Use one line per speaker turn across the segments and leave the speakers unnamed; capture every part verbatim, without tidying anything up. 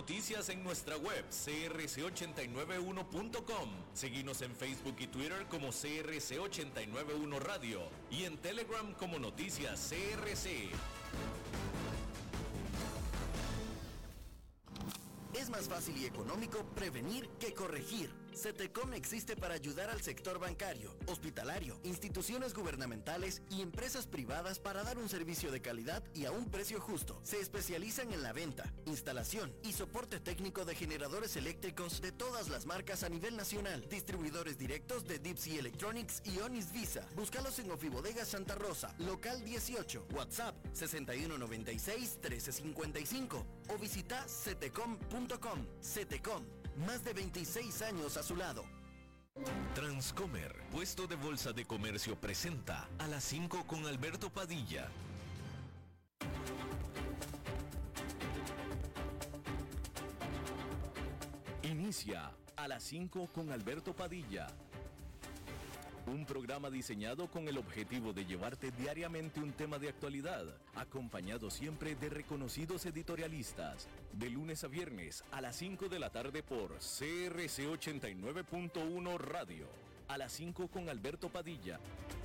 noticias en nuestra web c r c ochenta y nueve uno punto com. Seguinos en Facebook y Twitter como C R C ochenta y nueve uno Radio y en Telegram como Noticias C R C.
Es más fácil y económico prevenir que corregir. CETECOM existe para ayudar al sector bancario, hospitalario, instituciones gubernamentales y empresas privadas para dar un servicio de calidad y a un precio justo. Se especializan en la venta, instalación y soporte técnico de generadores eléctricos de todas las marcas a nivel nacional. Distribuidores directos de Deep Sea Electronics y Onis Visa. Búscalos en Ofibodegas Santa Rosa, local dieciocho, WhatsApp sesenta y uno noventa y seis, trece cincuenta y cinco o visita cetecom punto com. CETECOM, más de veintiséis años a su lado.
Transcomer, puesto de bolsa de comercio, presenta a las cinco con Alberto Padilla. Inicia a las cinco con Alberto Padilla. Un programa diseñado con el objetivo de llevarte diariamente un tema de actualidad, acompañado siempre de reconocidos editorialistas, de lunes a viernes a las cinco de la tarde por C R C ochenta y nueve punto uno Radio. A las cinco con Alberto Padilla.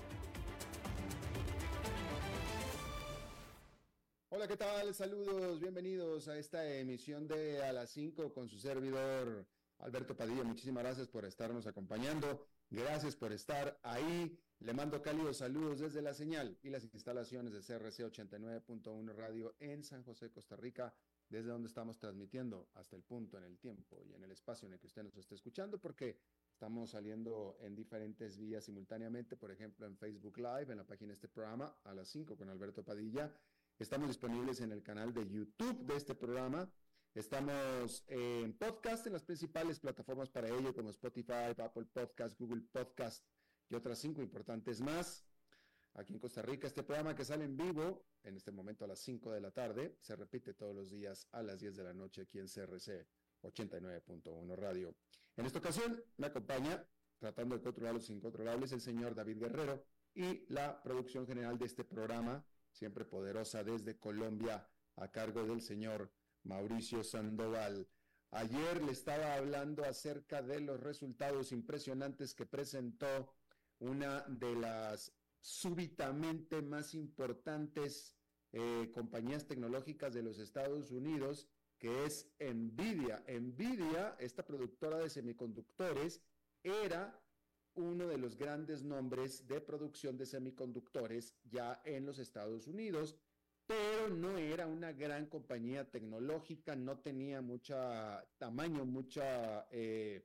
Hola, ¿qué tal? Saludos, bienvenidos a esta emisión de A las cinco con su servidor Alberto Padilla. Muchísimas gracias por estarnos acompañando. Gracias por estar ahí. Le mando cálidos saludos desde la señal y las instalaciones de C R C ochenta y nueve punto uno Radio en San José, Costa Rica, desde donde estamos transmitiendo hasta el punto, en el tiempo y en el espacio en el que usted nos esté escuchando, porque estamos saliendo en diferentes vías simultáneamente, por ejemplo en Facebook Live, en la página de este programa, a las cinco con Alberto Padilla. Estamos disponibles en el canal de YouTube de este programa. Estamos en podcast en las principales plataformas para ello, como Spotify, Apple Podcast, Google Podcast y otras cinco importantes más. Aquí en Costa Rica, este programa que sale en vivo, en este momento a las cinco de la tarde, se repite todos los días a las diez de la noche aquí en C R C ochenta y nueve punto uno Radio. En esta ocasión me acompaña, tratando de controlar los incontrolables, el señor David Guerrero y la producción general de este programa, siempre poderosa desde Colombia, a cargo del señor Mauricio Sandoval. Ayer le estaba hablando acerca de los resultados impresionantes que presentó una de las súbitamente más importantes eh, compañías tecnológicas de los Estados Unidos, que es Nvidia. Nvidia, esta productora de semiconductores, era uno de los grandes nombres de producción de semiconductores ya en los Estados Unidos, pero no era una gran compañía tecnológica, no tenía mucha tamaño, mucha, eh,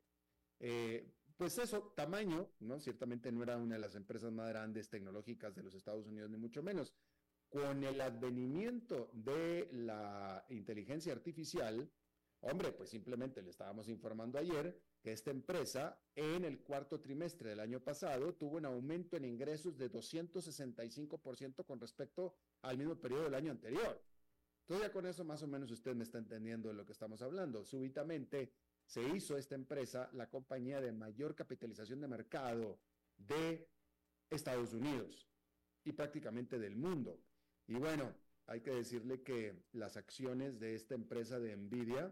eh, pues eso, tamaño, ¿no? Ciertamente no era una de las empresas más grandes tecnológicas de los Estados Unidos, ni mucho menos. Con el advenimiento de la inteligencia artificial, hombre, pues simplemente le estábamos informando ayer que esta empresa en el cuarto trimestre del año pasado tuvo un aumento en ingresos de doscientos sesenta y cinco por ciento con respecto al mismo periodo del año anterior. Entonces ya con eso más o menos usted me está entendiendo de lo que estamos hablando. Súbitamente se hizo esta empresa la compañía de mayor capitalización de mercado de Estados Unidos y prácticamente del mundo. Y bueno, hay que decirle que las acciones de esta empresa de Nvidia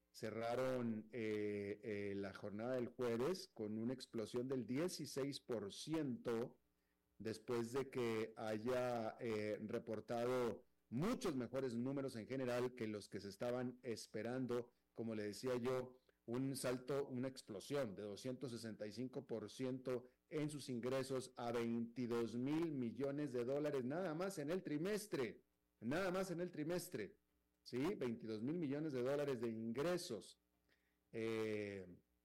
cerraron eh, eh, la jornada del jueves con una explosión del dieciséis por ciento después de que haya eh, reportado muchos mejores números en general que los que se estaban esperando. Como le decía yo, un salto, una explosión de doscientos sesenta y cinco por ciento en sus ingresos a veintidós mil millones de dólares, nada más en el trimestre, nada más en el trimestre, ¿sí? veintidós mil millones de dólares de ingresos. Eh,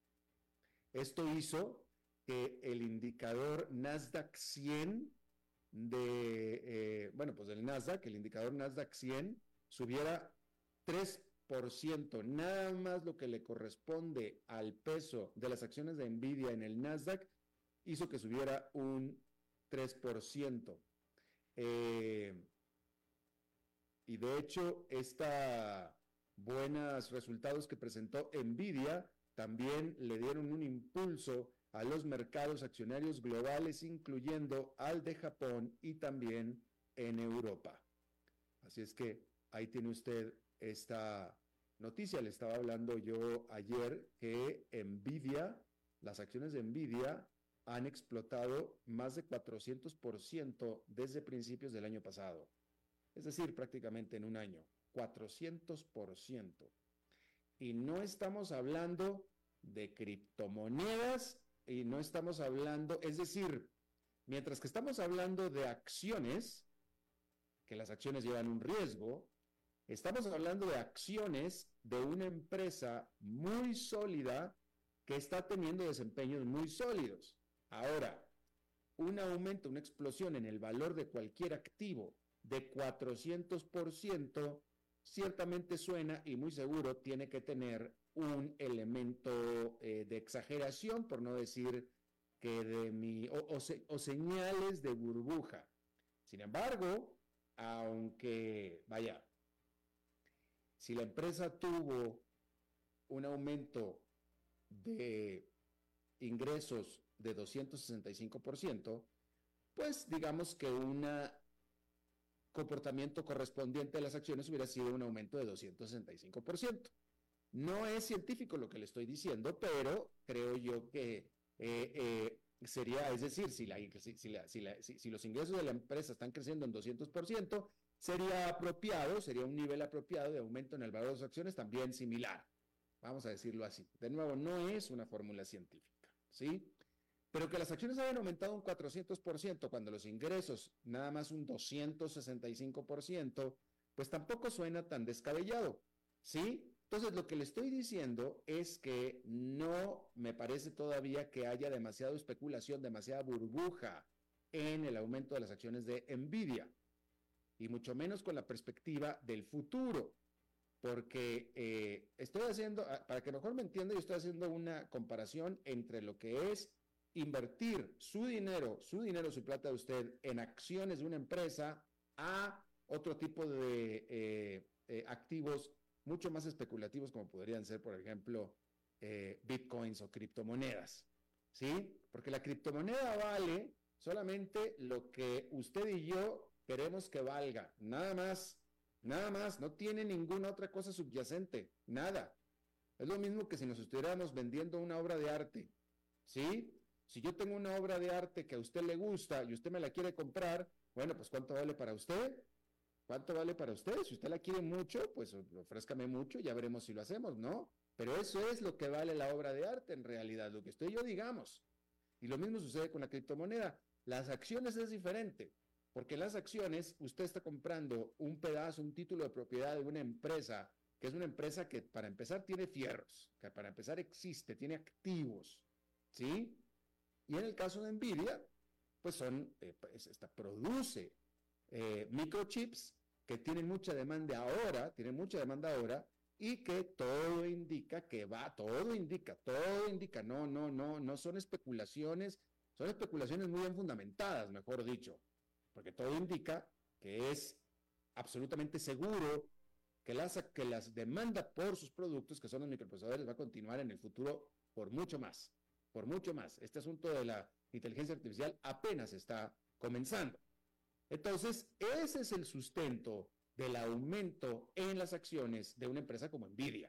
esto hizo que el indicador Nasdaq cien de, eh, bueno, pues el Nasdaq, el indicador Nasdaq cien subiera tres por ciento, nada más lo que le corresponde al peso de las acciones de Nvidia en el Nasdaq, hizo que subiera un tres por ciento. Eh, y de hecho, estos buenos resultados que presentó Nvidia también le dieron un impulso a los mercados accionarios globales, incluyendo al de Japón y también en Europa. Así es que ahí tiene usted esta noticia. Le estaba hablando yo ayer que Nvidia, las acciones de Nvidia han explotado más de cuatrocientos por ciento desde principios del año pasado. Es decir, prácticamente en un año, cuatrocientos por ciento. Y no estamos hablando de criptomonedas y no estamos hablando, es decir, mientras que estamos hablando de acciones, que las acciones llevan un riesgo, estamos hablando de acciones de una empresa muy sólida que está teniendo desempeños muy sólidos. Ahora, un aumento, una explosión en el valor de cualquier activo de cuatrocientos por ciento, ciertamente suena y muy seguro tiene que tener un elemento eh, de exageración, por no decir que de mi, o, o, se, o señales de burbuja. Sin embargo, aunque, vaya, si la empresa tuvo un aumento de ingresos de doscientos sesenta y cinco por ciento, pues digamos que un comportamiento correspondiente a las acciones hubiera sido un aumento de doscientos sesenta y cinco por ciento. No es científico lo que le estoy diciendo, pero creo yo que eh, eh, sería, es decir, si, la, si, si, la, si, la, si, si los ingresos de la empresa están creciendo en doscientos por ciento, sería apropiado, sería un nivel apropiado de aumento en el valor de las acciones también similar. Vamos a decirlo así. De nuevo, no es una fórmula científica, ¿sí? Pero que las acciones hayan aumentado un cuatrocientos por ciento cuando los ingresos nada más un doscientos sesenta y cinco por ciento, pues tampoco suena tan descabellado, ¿sí? Entonces, lo que le estoy diciendo es que no me parece todavía que haya demasiada especulación, demasiada burbuja en el aumento de las acciones de Nvidia, y mucho menos con la perspectiva del futuro, porque eh, estoy haciendo, para que mejor me entienda, yo estoy haciendo una comparación entre lo que es invertir su dinero, su dinero, su plata de usted en acciones de una empresa a otro tipo de eh, eh, activos mucho más especulativos como podrían ser, por ejemplo, eh, bitcoins o criptomonedas, ¿sí? Porque la criptomoneda vale solamente lo que usted y yo queremos que valga, nada más, nada más, no tiene ninguna otra cosa subyacente, nada. Es lo mismo que si nos estuviéramos vendiendo una obra de arte, ¿sí? Si yo tengo una obra de arte que a usted le gusta y usted me la quiere comprar, bueno, pues ¿cuánto vale para usted? ¿Cuánto vale para usted? Si usted la quiere mucho, pues ofrézcame mucho, ya veremos si lo hacemos, ¿no? Pero eso es lo que vale la obra de arte en realidad, lo que usted y yo digamos. Y lo mismo sucede con la criptomoneda. Las acciones es diferente, porque las acciones usted está comprando un pedazo, un título de propiedad de una empresa, que es una empresa que para empezar tiene fierros, que para empezar existe, tiene activos, ¿sí? Y en el caso de Nvidia, pues son, eh, pues esta produce eh, microchips que tienen mucha demanda ahora, tienen mucha demanda ahora, y que todo indica que va, todo indica, todo indica, no, no, no, no son especulaciones, son especulaciones muy bien fundamentadas, mejor dicho, porque todo indica que es absolutamente seguro que las, que las demandas por sus productos, que son los microprocesadores, va a continuar en el futuro por mucho más, por mucho más. Este asunto de la inteligencia artificial apenas está comenzando. Entonces, ese es el sustento del aumento en las acciones de una empresa como Nvidia.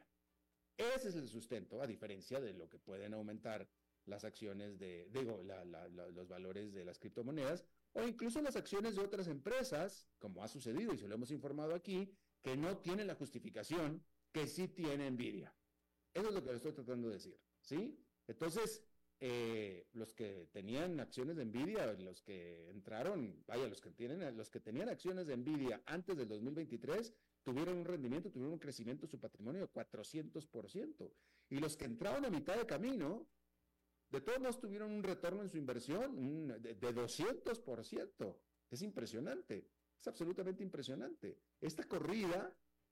Ese es el sustento, a diferencia de lo que pueden aumentar las acciones de, digo, la, la, la, los valores de las criptomonedas, o incluso las acciones de otras empresas, como ha sucedido y se lo hemos informado aquí, que no tienen la justificación que sí tiene Nvidia. Eso es lo que le estoy tratando de decir, ¿sí? Entonces, eh, los que tenían acciones de Nvidia, los que entraron, vaya, los que tienen, los que tenían acciones de Nvidia antes del dos mil veintitrés, tuvieron un rendimiento, tuvieron un crecimiento de su patrimonio de cuatrocientos por ciento. Y los que entraron a mitad de camino, de todos modos tuvieron un retorno en su inversión un, de, de doscientos por ciento. Es impresionante, es absolutamente impresionante. Esta corrida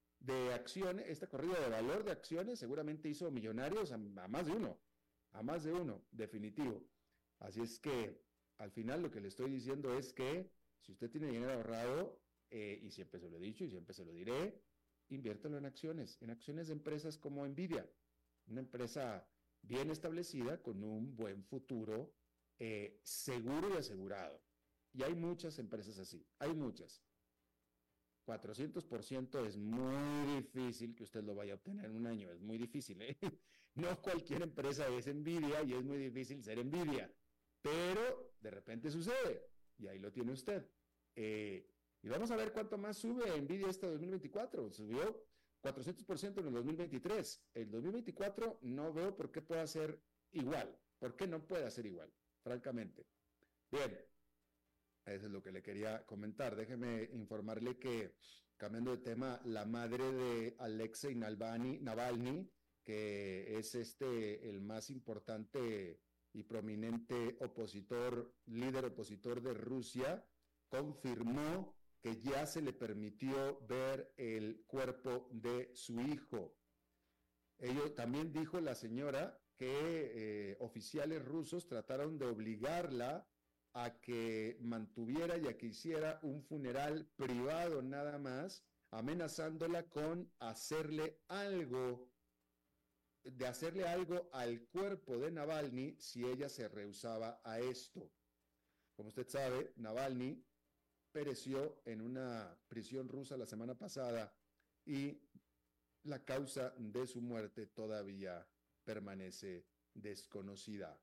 de acciones, esta corrida de valor de acciones seguramente hizo millonarios a, a más de uno, a más de uno, definitivo. Así es que al final lo que le estoy diciendo es que si usted tiene dinero ahorrado, eh, y siempre se lo he dicho y siempre se lo diré, inviértelo en acciones, en acciones de empresas como Nvidia, una empresa bien establecida con un buen futuro, eh, seguro y asegurado. Y hay muchas empresas así, hay muchas. cuatrocientos por ciento es muy difícil que usted lo vaya a obtener en un año, es muy difícil, ¿eh? No cualquier empresa es Nvidia y es muy difícil ser Nvidia, pero de repente sucede y ahí lo tiene usted. Eh, y vamos a ver cuánto más sube Nvidia este dos mil veinticuatro, subió cuatrocientos por ciento en el dos mil veintitrés, el dos mil veinticuatro no veo por qué pueda ser igual, por qué no pueda ser igual, francamente. Bien. Eso es lo que le quería comentar. Déjeme informarle que, cambiando de tema, la madre de Alexei Navalny, Navalny, que es este el más importante y prominente opositor, líder opositor de Rusia, confirmó que ya se le permitió ver el cuerpo de su hijo. Ello también dijo la señora que eh, oficiales rusos trataron de obligarla a que mantuviera y a que hiciera un funeral privado nada más, amenazándola con hacerle algo, de hacerle algo al cuerpo de Navalny si ella se rehusaba a esto. Como usted sabe, Navalny pereció en una prisión rusa la semana pasada y la causa de su muerte todavía permanece desconocida.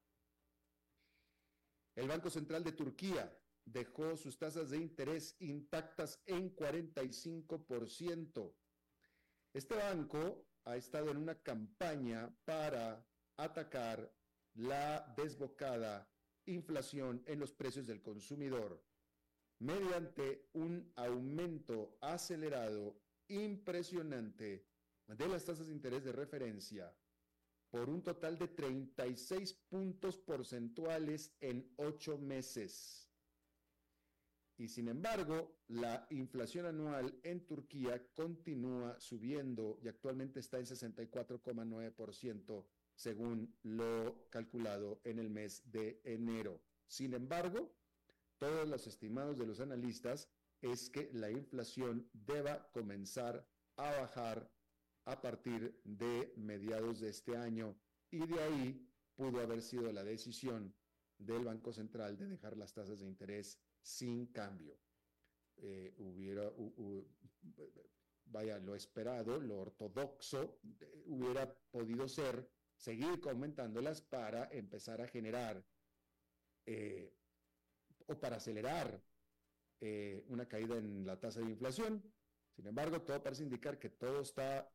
El Banco Central de Turquía dejó sus tasas de interés intactas en cuarenta y cinco por ciento. Este banco ha estado en una campaña para atacar la desbocada inflación en los precios del consumidor mediante un aumento acelerado, impresionante, de las tasas de interés de referencia por un total de treinta y seis puntos porcentuales en ocho meses. Y sin embargo, la inflación anual en Turquía continúa subiendo y actualmente está en sesenta y cuatro coma nueve por ciento según lo calculado en el mes de enero. Sin embargo, todos los estimados de los analistas es que la inflación deba comenzar a bajar a partir de mediados de este año, y de ahí pudo haber sido la decisión del Banco Central de dejar las tasas de interés sin cambio. Eh, hubiera, uh, uh, vaya, lo esperado, lo ortodoxo, eh, hubiera podido ser seguir aumentándolas para empezar a generar eh, o para acelerar eh, una caída en la tasa de inflación. Sin embargo, todo parece indicar que todo está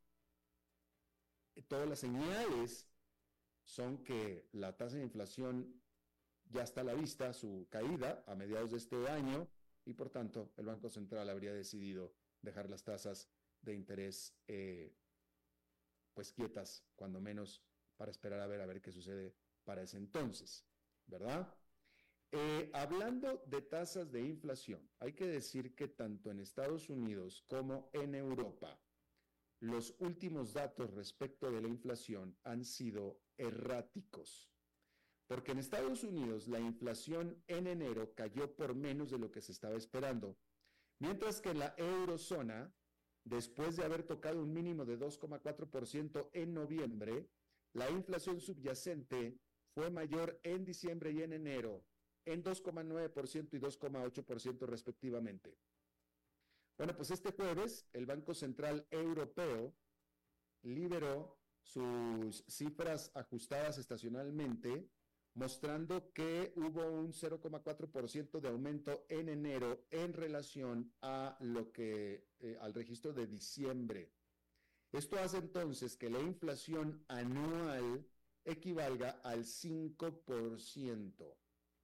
todas las señales son que la tasa de inflación ya está a la vista, su caída a mediados de este año, y por tanto el Banco Central habría decidido dejar las tasas de interés eh, pues quietas, cuando menos, para esperar a ver a ver qué sucede para ese entonces, ¿verdad? Eh, hablando de tasas de inflación, hay que decir que tanto en Estados Unidos como en Europa, los últimos datos respecto de la inflación han sido erráticos, porque en Estados Unidos la inflación en enero cayó por menos de lo que se estaba esperando, mientras que en la eurozona, después de haber tocado un mínimo de dos coma cuatro por ciento en noviembre, la inflación subyacente fue mayor en diciembre y en enero, en dos coma nueve por ciento y dos coma ocho por ciento respectivamente. Bueno, pues este jueves el Banco Central Europeo liberó sus cifras ajustadas estacionalmente, mostrando que hubo un cero coma cuatro por ciento de aumento en enero en relación a lo que eh, al registro de diciembre. Esto hace entonces que la inflación anual equivalga al cinco por ciento.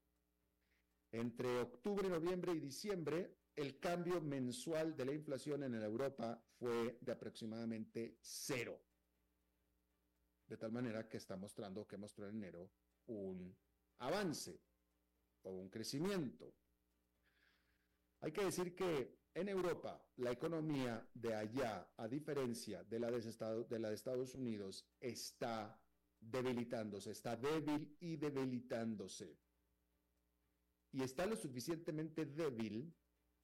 Entre octubre, noviembre y diciembre, el cambio mensual de la inflación en Europa fue de aproximadamente cero. De tal manera que está mostrando que mostró en enero un avance o un crecimiento. Hay que decir que en Europa la economía de allá, a diferencia de la de Estados, de la de Estados Unidos, está debilitándose, está débil y debilitándose. Y está lo suficientemente débil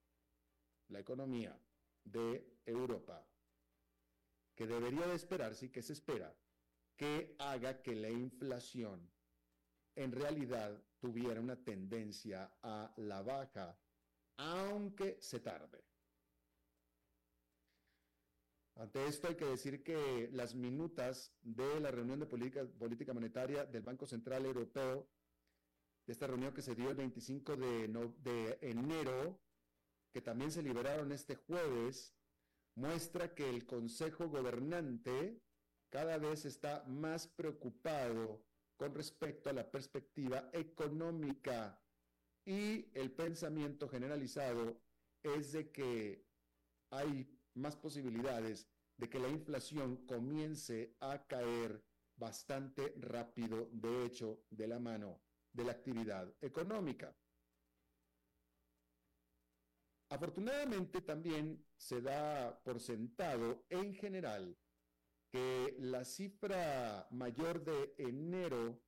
la economía de Europa, que debería de esperarse y que se espera que haga que la inflación en realidad tuviera una tendencia a la baja, aunque se tarde. Ante esto hay que decir que las minutas de la reunión de política, política monetaria del Banco Central Europeo, de esta reunión que se dio el veinticinco de, no, de enero, que también se liberaron este jueves, muestra que el Consejo Gobernante cada vez está más preocupado con respecto a la perspectiva económica y el pensamiento generalizado es de que hay más posibilidades de que la inflación comience a caer bastante rápido, de hecho, de la mano de la actividad económica. Afortunadamente también se da por sentado en general que la cifra mayor de enero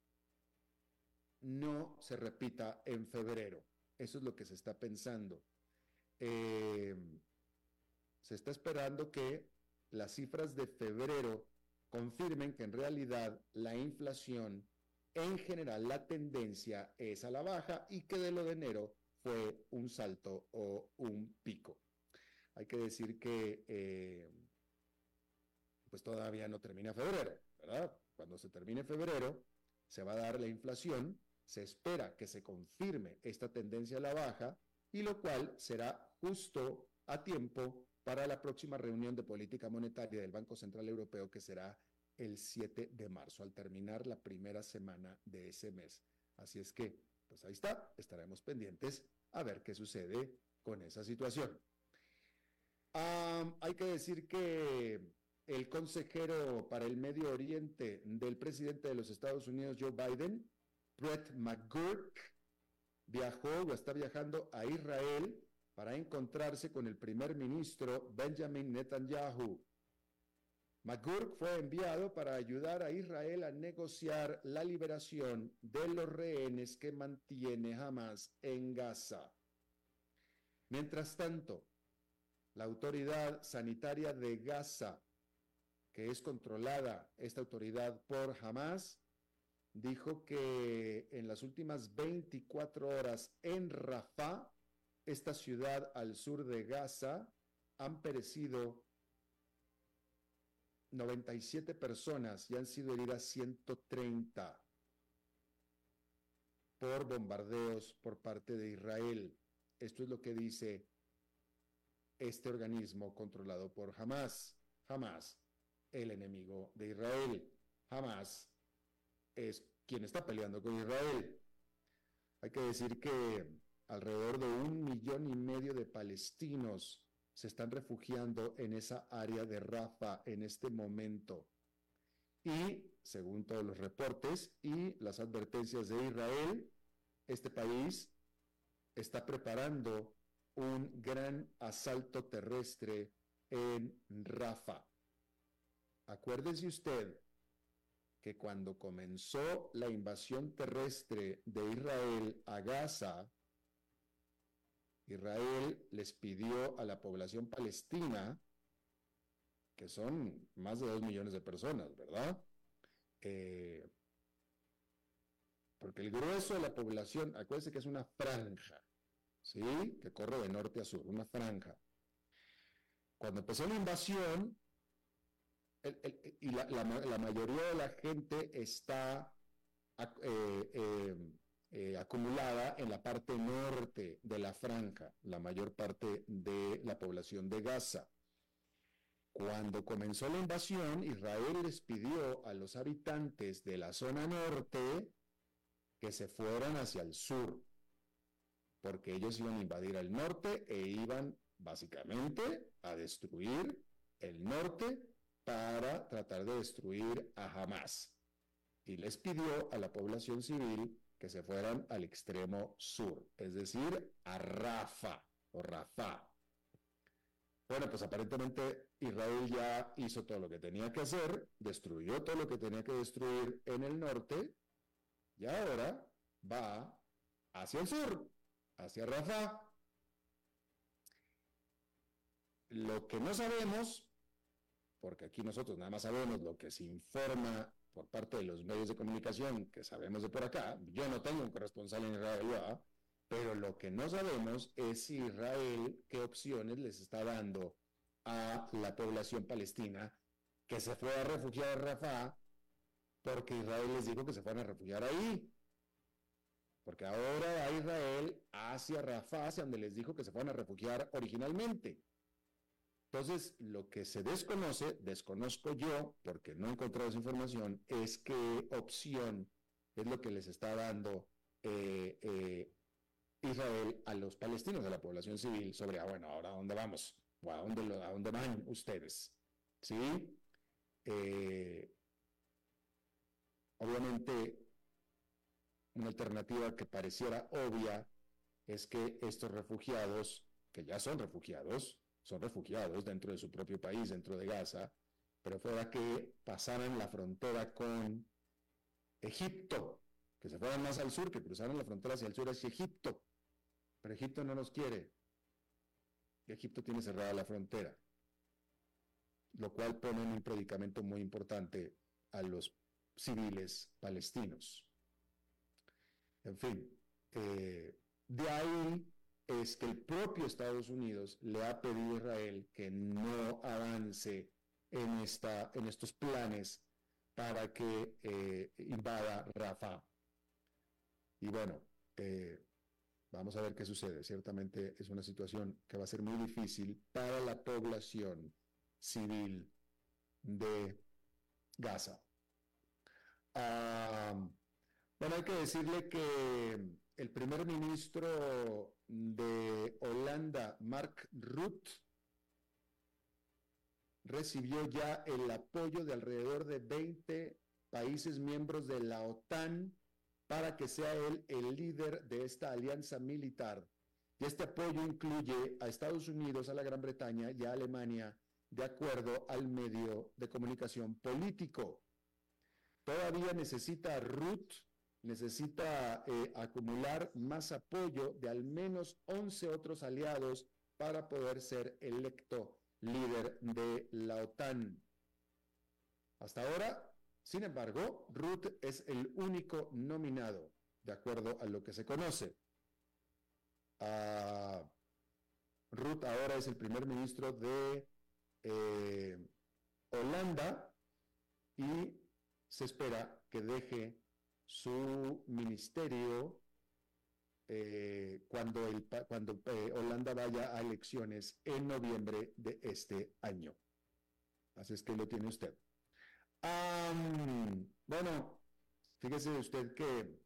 no se repita en febrero. Eso es lo que se está pensando. Eh, se está esperando que las cifras de febrero confirmen que en realidad la inflación, en general, la tendencia es a la baja y que de lo de enero fue un salto o un pico. Hay que decir que eh, pues todavía no termina febrero, ¿verdad? Cuando se termine febrero, se va a dar la inflación, se espera que se confirme esta tendencia a la baja, y lo cual será justo a tiempo para la próxima reunión de política monetaria del Banco Central Europeo, que será el siete de marzo, al terminar la primera semana de ese mes. Así es que, pues ahí está, estaremos pendientes a ver qué sucede con esa situación. Um, hay que decir que el consejero para el Medio Oriente del presidente de los Estados Unidos, Joe Biden, Brett McGurk, viajó o está viajando a Israel para encontrarse con el primer ministro Benjamin Netanyahu. McGurk fue enviado para ayudar a Israel a negociar la liberación de los rehenes que mantiene Hamás en Gaza. Mientras tanto, la autoridad sanitaria de Gaza, que es controlada, esta autoridad, por Hamás, dijo que en las últimas veinticuatro horas en Rafah, esta ciudad al sur de Gaza, han perecido noventa y siete personas y han sido heridas ciento treinta por bombardeos por parte de Israel. Esto es lo que dice este organismo controlado por Hamás. Hamás, el enemigo de Israel. Hamás es quien está peleando con Israel. Hay que decir que alrededor de un millón y medio de palestinos se están refugiando en esa área de Rafah en este momento. Y, según todos los reportes y las advertencias de Israel, este país está preparando un gran asalto terrestre en Rafah. Acuérdese usted que cuando comenzó la invasión terrestre de Israel a Gaza, Israel les pidió a la población palestina, que son más de dos millones de personas, ¿verdad? Eh, porque el grueso de la población, acuérdense que es una franja, ¿sí? Que corre de norte a sur, una franja. Cuando empezó la invasión, el, el, y la, la, la mayoría de la gente está eh, eh, eh, acumulada en la parte norte de la franja, la mayor parte de la población de Gaza. Cuando comenzó la invasión, Israel les pidió a los habitantes de la zona norte que se fueran hacia el sur, porque ellos iban a invadir el norte e iban básicamente a destruir el norte para tratar de destruir a Hamás. Y les pidió a la población civil que se fueran al extremo sur, es decir, a Rafah o Rafah. Bueno, pues aparentemente Israel ya hizo todo lo que tenía que hacer, destruyó todo lo que tenía que destruir en el norte, y ahora va hacia el sur, hacia Rafah. Lo que no sabemos, porque aquí nosotros nada más sabemos lo que se informa por parte de los medios de comunicación que sabemos de por acá, yo no tengo un corresponsal en Israel, ¿verdad? Pero lo que no sabemos es si Israel, qué opciones les está dando a la población palestina que se fue a refugiar a Rafah porque Israel les dijo que se fueran a refugiar ahí. Porque ahora va Israel hacia Rafah, hacia donde les dijo que se fueran a refugiar originalmente. Entonces, lo que se desconoce, desconozco yo, porque no he encontrado esa información, es qué opción es lo que les está dando eh, eh, Israel a los palestinos, a la población civil, sobre, ah, bueno, ahora a dónde vamos, o a dónde, lo, a dónde van ustedes, ¿sí? Eh, obviamente, una alternativa que pareciera obvia es que estos refugiados, que ya son refugiados, son refugiados dentro de su propio país, dentro de Gaza, pero fuera que pasaran la frontera con Egipto, que se fueran más al sur, que cruzaran la frontera hacia el sur, hacia Egipto, pero Egipto no los quiere. Egipto tiene cerrada la frontera, lo cual pone en un predicamento muy importante a los civiles palestinos. En fin, eh, de ahí es que el propio Estados Unidos le ha pedido a Israel que no avance en, esta, en estos planes para que eh, invada Rafah. Y bueno, eh, vamos a ver qué sucede. Ciertamente es una situación que va a ser muy difícil para la población civil de Gaza. Uh, bueno, hay que decirle que el primer ministro de Holanda, Mark Rutte, recibió ya el apoyo de alrededor de veinte países miembros de la OTAN para que sea él el líder de esta alianza militar. Y este apoyo incluye a Estados Unidos, a la Gran Bretaña y a Alemania, de acuerdo al medio de comunicación político. Todavía necesita Rutte, necesita eh, acumular más apoyo de al menos once otros aliados para poder ser electo líder de la OTAN. Hasta ahora, sin embargo, Rutte es el único nominado, de acuerdo a lo que se conoce. Uh, Rutte ahora es el primer ministro de eh, Holanda y se espera que deje su ministerio eh, cuando, el, cuando eh, Holanda vaya a elecciones en noviembre de este año. Así es que lo tiene usted. Um, bueno, fíjese usted que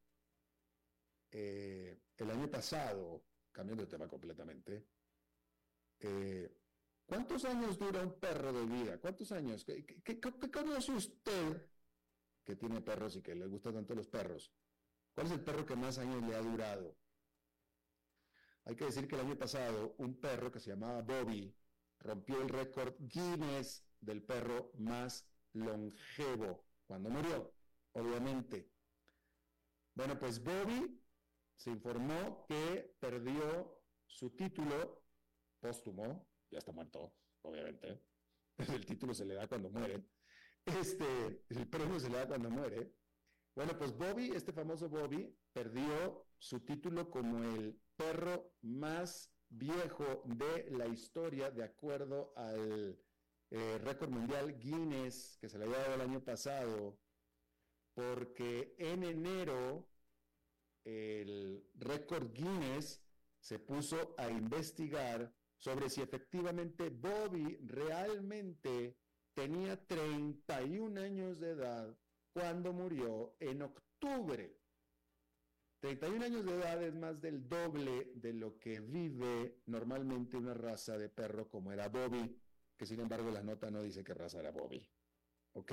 eh, el año pasado, cambiando de tema completamente, eh, ¿cuántos años dura un perro de vida? ¿Cuántos años? ¿Qué, qué, qué, qué conoce usted que tiene perros y que le gustan tanto los perros? ¿Cuál es el perro que más años le ha durado? Hay que decir que el año pasado un perro que se llamaba Bobby rompió el récord Guinness del perro más longevo cuando murió, obviamente. Bueno, pues Bobby se informó que perdió su título póstumo, ya está muerto, obviamente. El título se le da cuando muere. Este, el premio se le da cuando muere. Bueno, pues Bobby, este famoso Bobby, perdió su título como el perro más viejo de la historia, de acuerdo al eh, récord mundial Guinness, que se le había dado el año pasado, porque en enero el récord Guinness se puso a investigar sobre si efectivamente Bobby realmente tenía treinta y un años de edad cuando murió en octubre. treinta y un años de edad es más del doble de lo que vive normalmente una raza de perro como era Bobby, que sin embargo la nota no dice qué raza era Bobby. ¿Ok?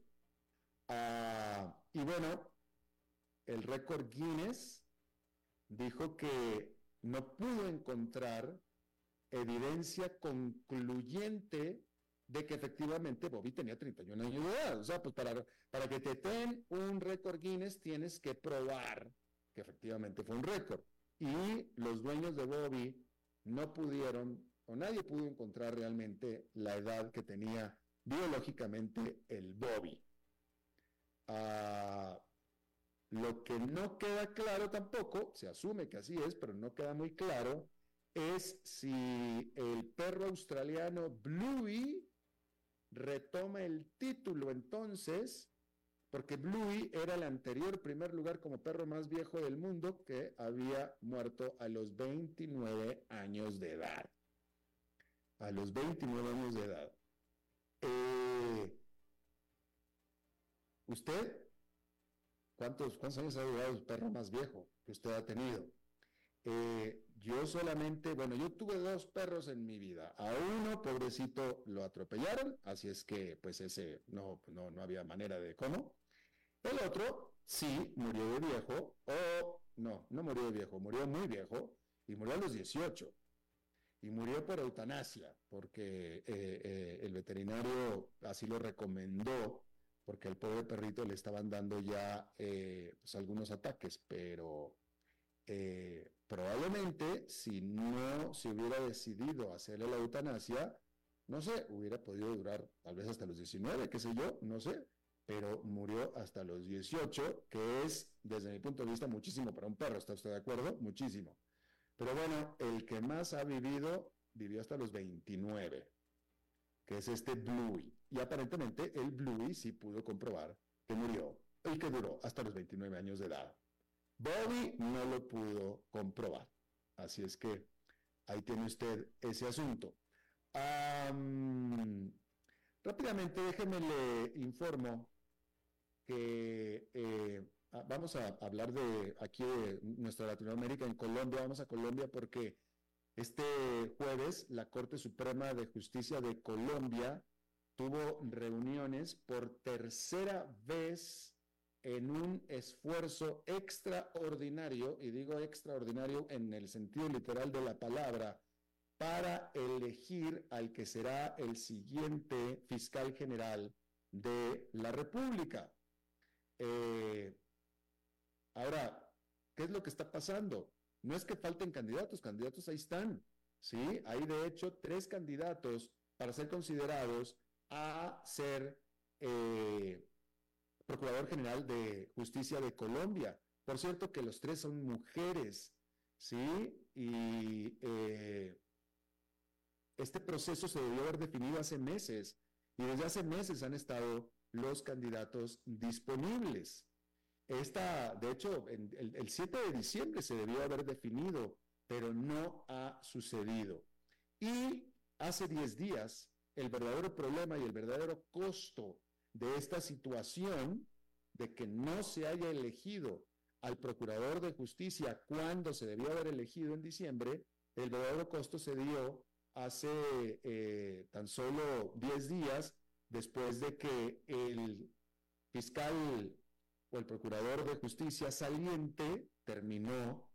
Uh, y bueno, el récord Guinness dijo que no pudo encontrar evidencia concluyente de que efectivamente Bobby tenía treinta y un años de edad. O sea, pues para, para que te den un récord Guinness tienes que probar que efectivamente fue un récord. Y los dueños de Bobby no pudieron, o nadie pudo encontrar realmente la edad que tenía biológicamente el Bobby. Uh, lo que no queda claro tampoco, se asume que así es, pero no queda muy claro, es si el perro australiano Bluey retoma el título entonces, porque Bluey era el anterior primer lugar como perro más viejo del mundo que había muerto a los veintinueve años de edad. A los veintinueve años de edad. Eh, ¿Usted? ¿Cuántos, ¿Cuántos años ha durado el perro más viejo que usted ha tenido? Eh, yo solamente, bueno, yo tuve dos perros en mi vida. A uno, pobrecito, lo atropellaron, así es que, pues ese, no, no, no había manera de cómo. El otro, sí, murió de viejo, o no, no murió de viejo, murió muy viejo, y murió a los dieciocho. Y murió por eutanasia, porque eh, eh, el veterinario así lo recomendó, porque al pobre perrito le estaban dando ya eh, pues algunos ataques, pero eh, probablemente si no se hubiera decidido hacerle la eutanasia, no sé, hubiera podido durar tal vez hasta los diecinueve, qué sé yo, no sé, pero murió hasta los dieciocho, que es, desde mi punto de vista, muchísimo para un perro, ¿está usted de acuerdo? Muchísimo. Pero bueno, el que más ha vivido, vivió hasta los veintinueve, que es este Bluey. Y aparentemente el Bluey sí pudo comprobar que murió y que duró hasta los veintinueve años de edad. Bobby no lo pudo comprobar. Así es que ahí tiene usted ese asunto. Um, rápidamente, déjeme le informo que eh, vamos a hablar de aquí de nuestra Latinoamérica, en Colombia. Vamos a Colombia porque este jueves la Corte Suprema de Justicia de Colombia tuvo reuniones por tercera vez en un esfuerzo extraordinario, y digo extraordinario en el sentido literal de la palabra, para elegir al que será el siguiente fiscal general de la República. Eh, ahora, ¿qué es lo que está pasando? No es que falten candidatos, candidatos ahí están, ¿sí? Hay de hecho tres candidatos para ser considerados a ser eh, Procurador General de Justicia de Colombia. Por cierto que los tres son mujeres, ¿sí? Y eh, este proceso se debió haber definido hace meses, y desde hace meses han estado los candidatos disponibles. Esta, de hecho, en, el, el siete de diciembre se debió haber definido, pero no ha sucedido. Y hace diez días, el verdadero problema y el verdadero costo de esta situación, de que no se haya elegido al Procurador de Justicia cuando se debió haber elegido en diciembre, el verdadero costo se dio hace eh, tan solo diez días, después de que el fiscal o el Procurador de Justicia saliente terminó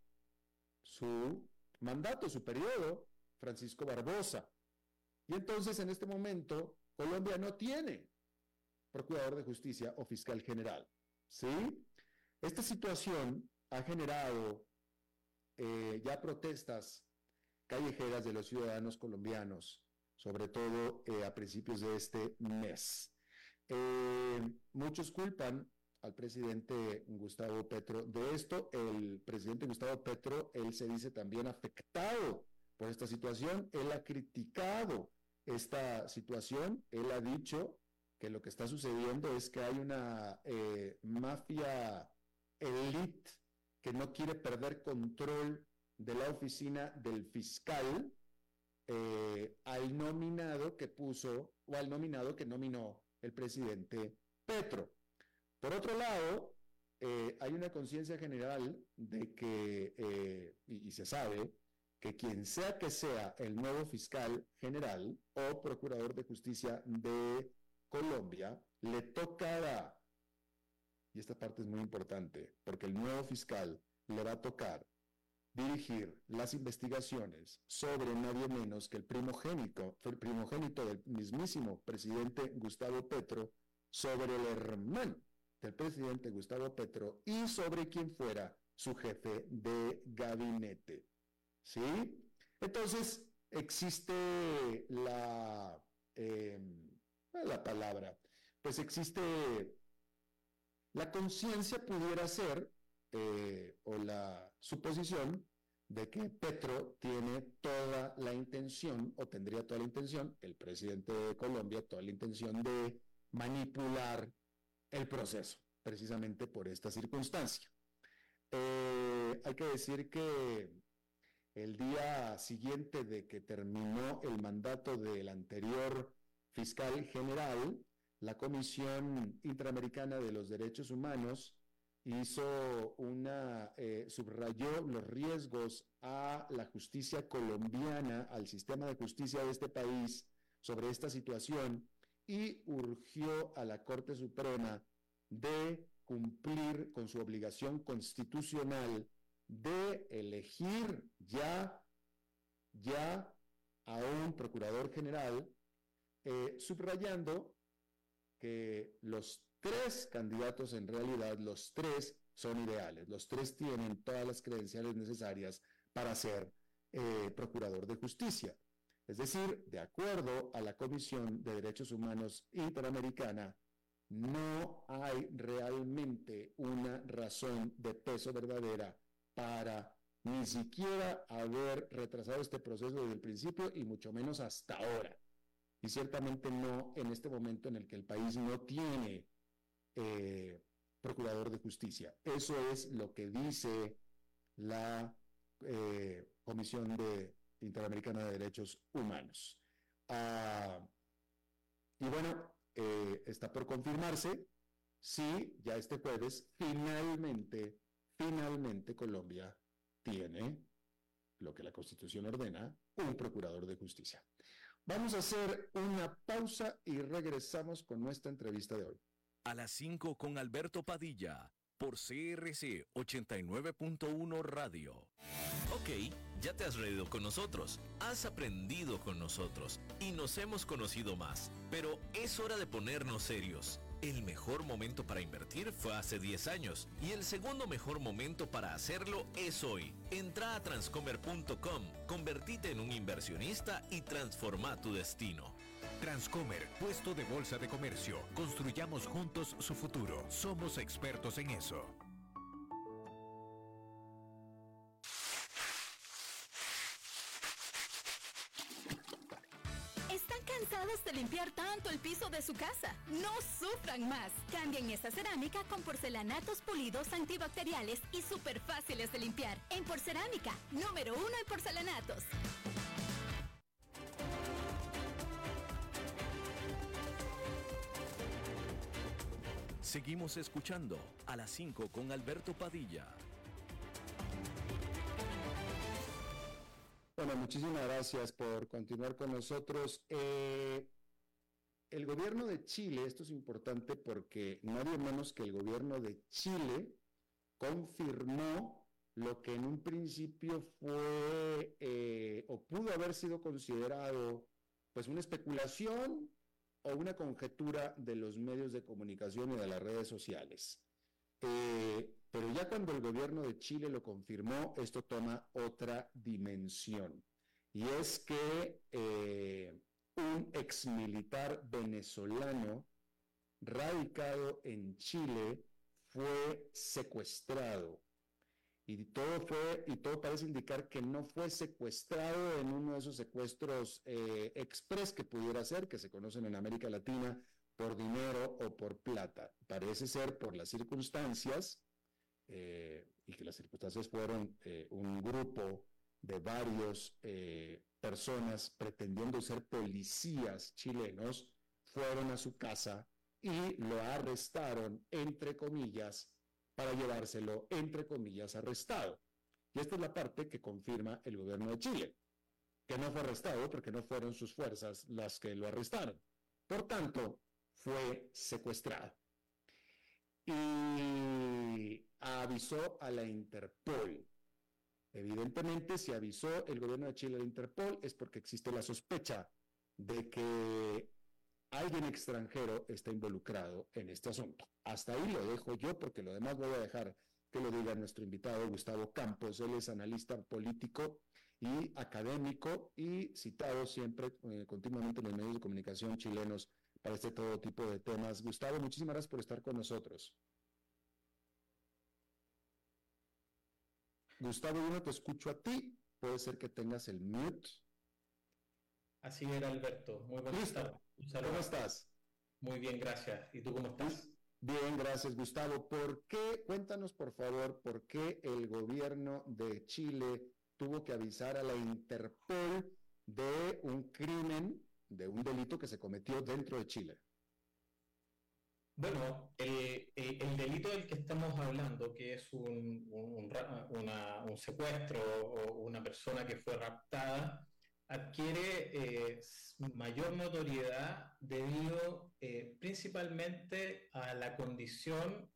su mandato, su periodo, Francisco Barbosa. Y entonces, en este momento, Colombia no tiene Procurador de Justicia o fiscal general, ¿sí? Esta situación ha generado eh, ya protestas callejeras de los ciudadanos colombianos, sobre todo eh, a principios de este mes. Eh, muchos culpan al presidente Gustavo Petro de esto. El presidente Gustavo Petro, él se dice también afectado por esta situación. Él ha criticado esta situación. Él ha dicho que lo que está sucediendo es que hay una eh, mafia elite que no quiere perder control de la oficina del fiscal eh, al nominado que puso, o al nominado que nominó el presidente Petro. Por otro lado, eh, hay una conciencia general de que, eh, y, y se sabe, que quien sea que sea el nuevo fiscal general o procurador de justicia de Colombia, le tocará, y esta parte es muy importante, porque el nuevo fiscal le va a tocar dirigir las investigaciones sobre nadie menos que el primogénito, el primogénito del mismísimo presidente Gustavo Petro, sobre el hermano del presidente Gustavo Petro y sobre quien fuera su jefe de gabinete. ¿Sí? Entonces, existe la, eh, la palabra, pues existe la conciencia, pudiera ser, eh, o la suposición, de que Petro tiene toda la intención, o tendría toda la intención, el presidente de Colombia, toda la intención de manipular el proceso, precisamente por esta circunstancia. Eh, hay que decir que el día siguiente de que terminó el mandato del anterior fiscal general, la Comisión Interamericana de los Derechos Humanos hizo una, eh, subrayó los riesgos a la justicia colombiana, al sistema de justicia de este país sobre esta situación y urgió a la Corte Suprema de cumplir con su obligación constitucional de elegir ya, ya a un procurador general, eh, subrayando que los tres candidatos en realidad, los tres son ideales, los tres tienen todas las credenciales necesarias para ser eh, procurador de justicia. Es decir, de acuerdo a la Comisión de Derechos Humanos Interamericana, no hay realmente una razón de peso verdadera para ni siquiera haber retrasado este proceso desde el principio y mucho menos hasta ahora. Y ciertamente no en este momento en el que el país no tiene eh, procurador de justicia. Eso es lo que dice la eh, Comisión de Interamericana de Derechos Humanos. Ah, y bueno, eh, está por confirmarse si ya este jueves finalmente, finalmente Colombia tiene lo que la Constitución ordena, un procurador de justicia. Vamos a hacer una pausa y regresamos con nuestra entrevista de hoy.
A las cinco con Alberto Padilla, por C R C ochenta y nueve punto uno Radio. Ok, ya te has reído con nosotros, has aprendido con nosotros y nos hemos conocido más. Pero es hora de ponernos serios. El mejor momento para invertir fue hace diez años y el segundo mejor momento para hacerlo es hoy. Entra a transcomer punto com, convertite en un inversionista y transforma tu destino.
Transcomer, puesto de bolsa de comercio. Construyamos juntos su futuro. Somos expertos en eso.
¿Están cansados de limpiar tanto el piso de su casa? No sufran más. Cambien esta cerámica con porcelanatos pulidos antibacteriales y súper fáciles de limpiar. En Porcerámica, número uno en porcelanatos.
Seguimos escuchando a las cinco con Alberto Padilla.
Bueno, muchísimas gracias por continuar con nosotros. Eh, el gobierno de Chile, esto es importante porque nadie menos que el gobierno de Chile confirmó lo que en un principio fue eh, o pudo haber sido considerado pues una especulación o una conjetura de los medios de comunicación y de las redes sociales. Eh, pero ya cuando el gobierno de Chile lo confirmó, esto toma otra dimensión. Y es que eh, un exmilitar venezolano radicado en Chile fue secuestrado. Y todo fue, y todo parece indicar que no fue secuestrado en uno de esos secuestros eh, express que pudiera ser, que se conocen en América Latina por dinero o por plata. Parece ser por las circunstancias, eh, y que las circunstancias fueron eh, un grupo de varios eh, personas pretendiendo ser policías chilenos, fueron a su casa y lo arrestaron, entre comillas, para llevárselo, entre comillas, arrestado. Y esta es la parte que confirma el gobierno de Chile, que no fue arrestado porque no fueron sus fuerzas las que lo arrestaron. Por tanto, fue secuestrado. Y avisó a la Interpol. Evidentemente, si avisó el gobierno de Chile a la Interpol es porque existe la sospecha de que alguien extranjero está involucrado en este asunto. Hasta ahí lo dejo yo, porque lo demás voy a dejar que lo diga nuestro invitado Gustavo Campos. Él es analista político y académico y citado siempre eh, continuamente en los medios de comunicación chilenos para este todo tipo de temas. Gustavo, muchísimas gracias por estar con nosotros. Gustavo, yo no te escucho a ti. Puede ser que tengas el mute.
Así era, Alberto. Muy buenas tardes.
¿Cómo estás?
Muy bien, gracias. ¿Y tú cómo estás?
Bien, gracias, Gustavo. ¿Por qué, cuéntanos por favor, por qué el gobierno de Chile tuvo que avisar a la Interpol de un crimen, de un delito que se cometió dentro de Chile?
Bueno, el, el, el delito del que estamos hablando, que es un, un, una, un secuestro o una persona que fue raptada, adquiere eh, mayor notoriedad debido eh, principalmente a la condición,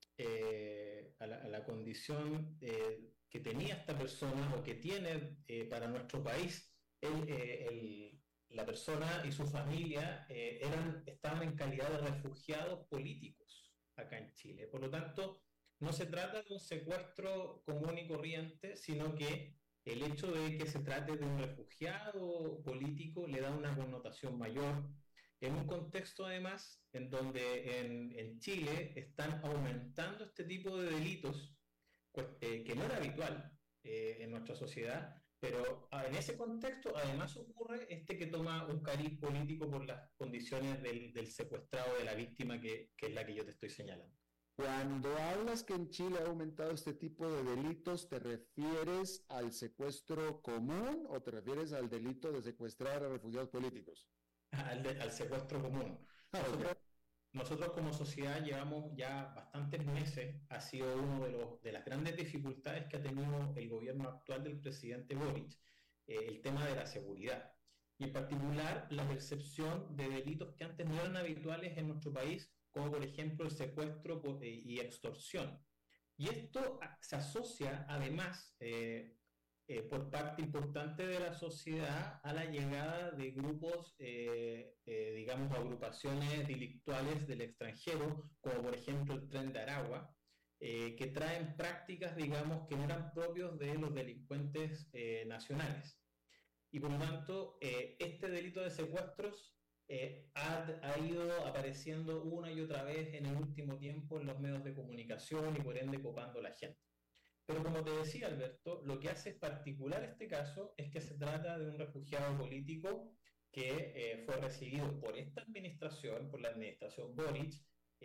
eh, a, la, a la condición eh, que tenía esta persona o que tiene eh, para nuestro país. El, eh, el, la persona y su familia eh, eran, estaban en calidad de refugiados políticos acá en Chile. Por lo tanto, no se trata de un secuestro común y corriente, sino que el hecho de que se trate de un refugiado político le da una connotación mayor, en un contexto además en donde en, en Chile están aumentando este tipo de delitos, pues, eh, que no era habitual eh, en nuestra sociedad, pero en ese contexto además ocurre este que toma un cariz político por las condiciones del, del secuestrado, de la víctima, que, que es la que yo te estoy señalando.
Cuando hablas que en Chile ha aumentado este tipo de delitos, ¿te refieres al secuestro común o te refieres al delito de secuestrar a refugiados políticos?
Al, de, al secuestro común.
Ah,
nosotros,
okay.
nosotros como sociedad llevamos ya bastantes meses, ha sido uno de, los, de las grandes dificultades que ha tenido el gobierno actual del presidente Boric, eh, el tema de la seguridad. Y en particular la percepción de delitos que antes no eran habituales en nuestro país, como por ejemplo el secuestro y extorsión. Y esto se asocia además eh, eh, por parte importante de la sociedad a la llegada de grupos, eh, eh, digamos, agrupaciones delictuales del extranjero, como por ejemplo el Tren de Aragua, eh, que traen prácticas, digamos, que no eran propios de los delincuentes eh, nacionales. Y por lo tanto, eh, este delito de secuestros Eh, ha, ha ido apareciendo una y otra vez en el último tiempo en los medios de comunicación y por ende copando a la gente. Pero como te decía, Alberto, lo que hace particular este caso es que se trata de un refugiado político que eh, fue recibido por esta administración, por la administración Boric,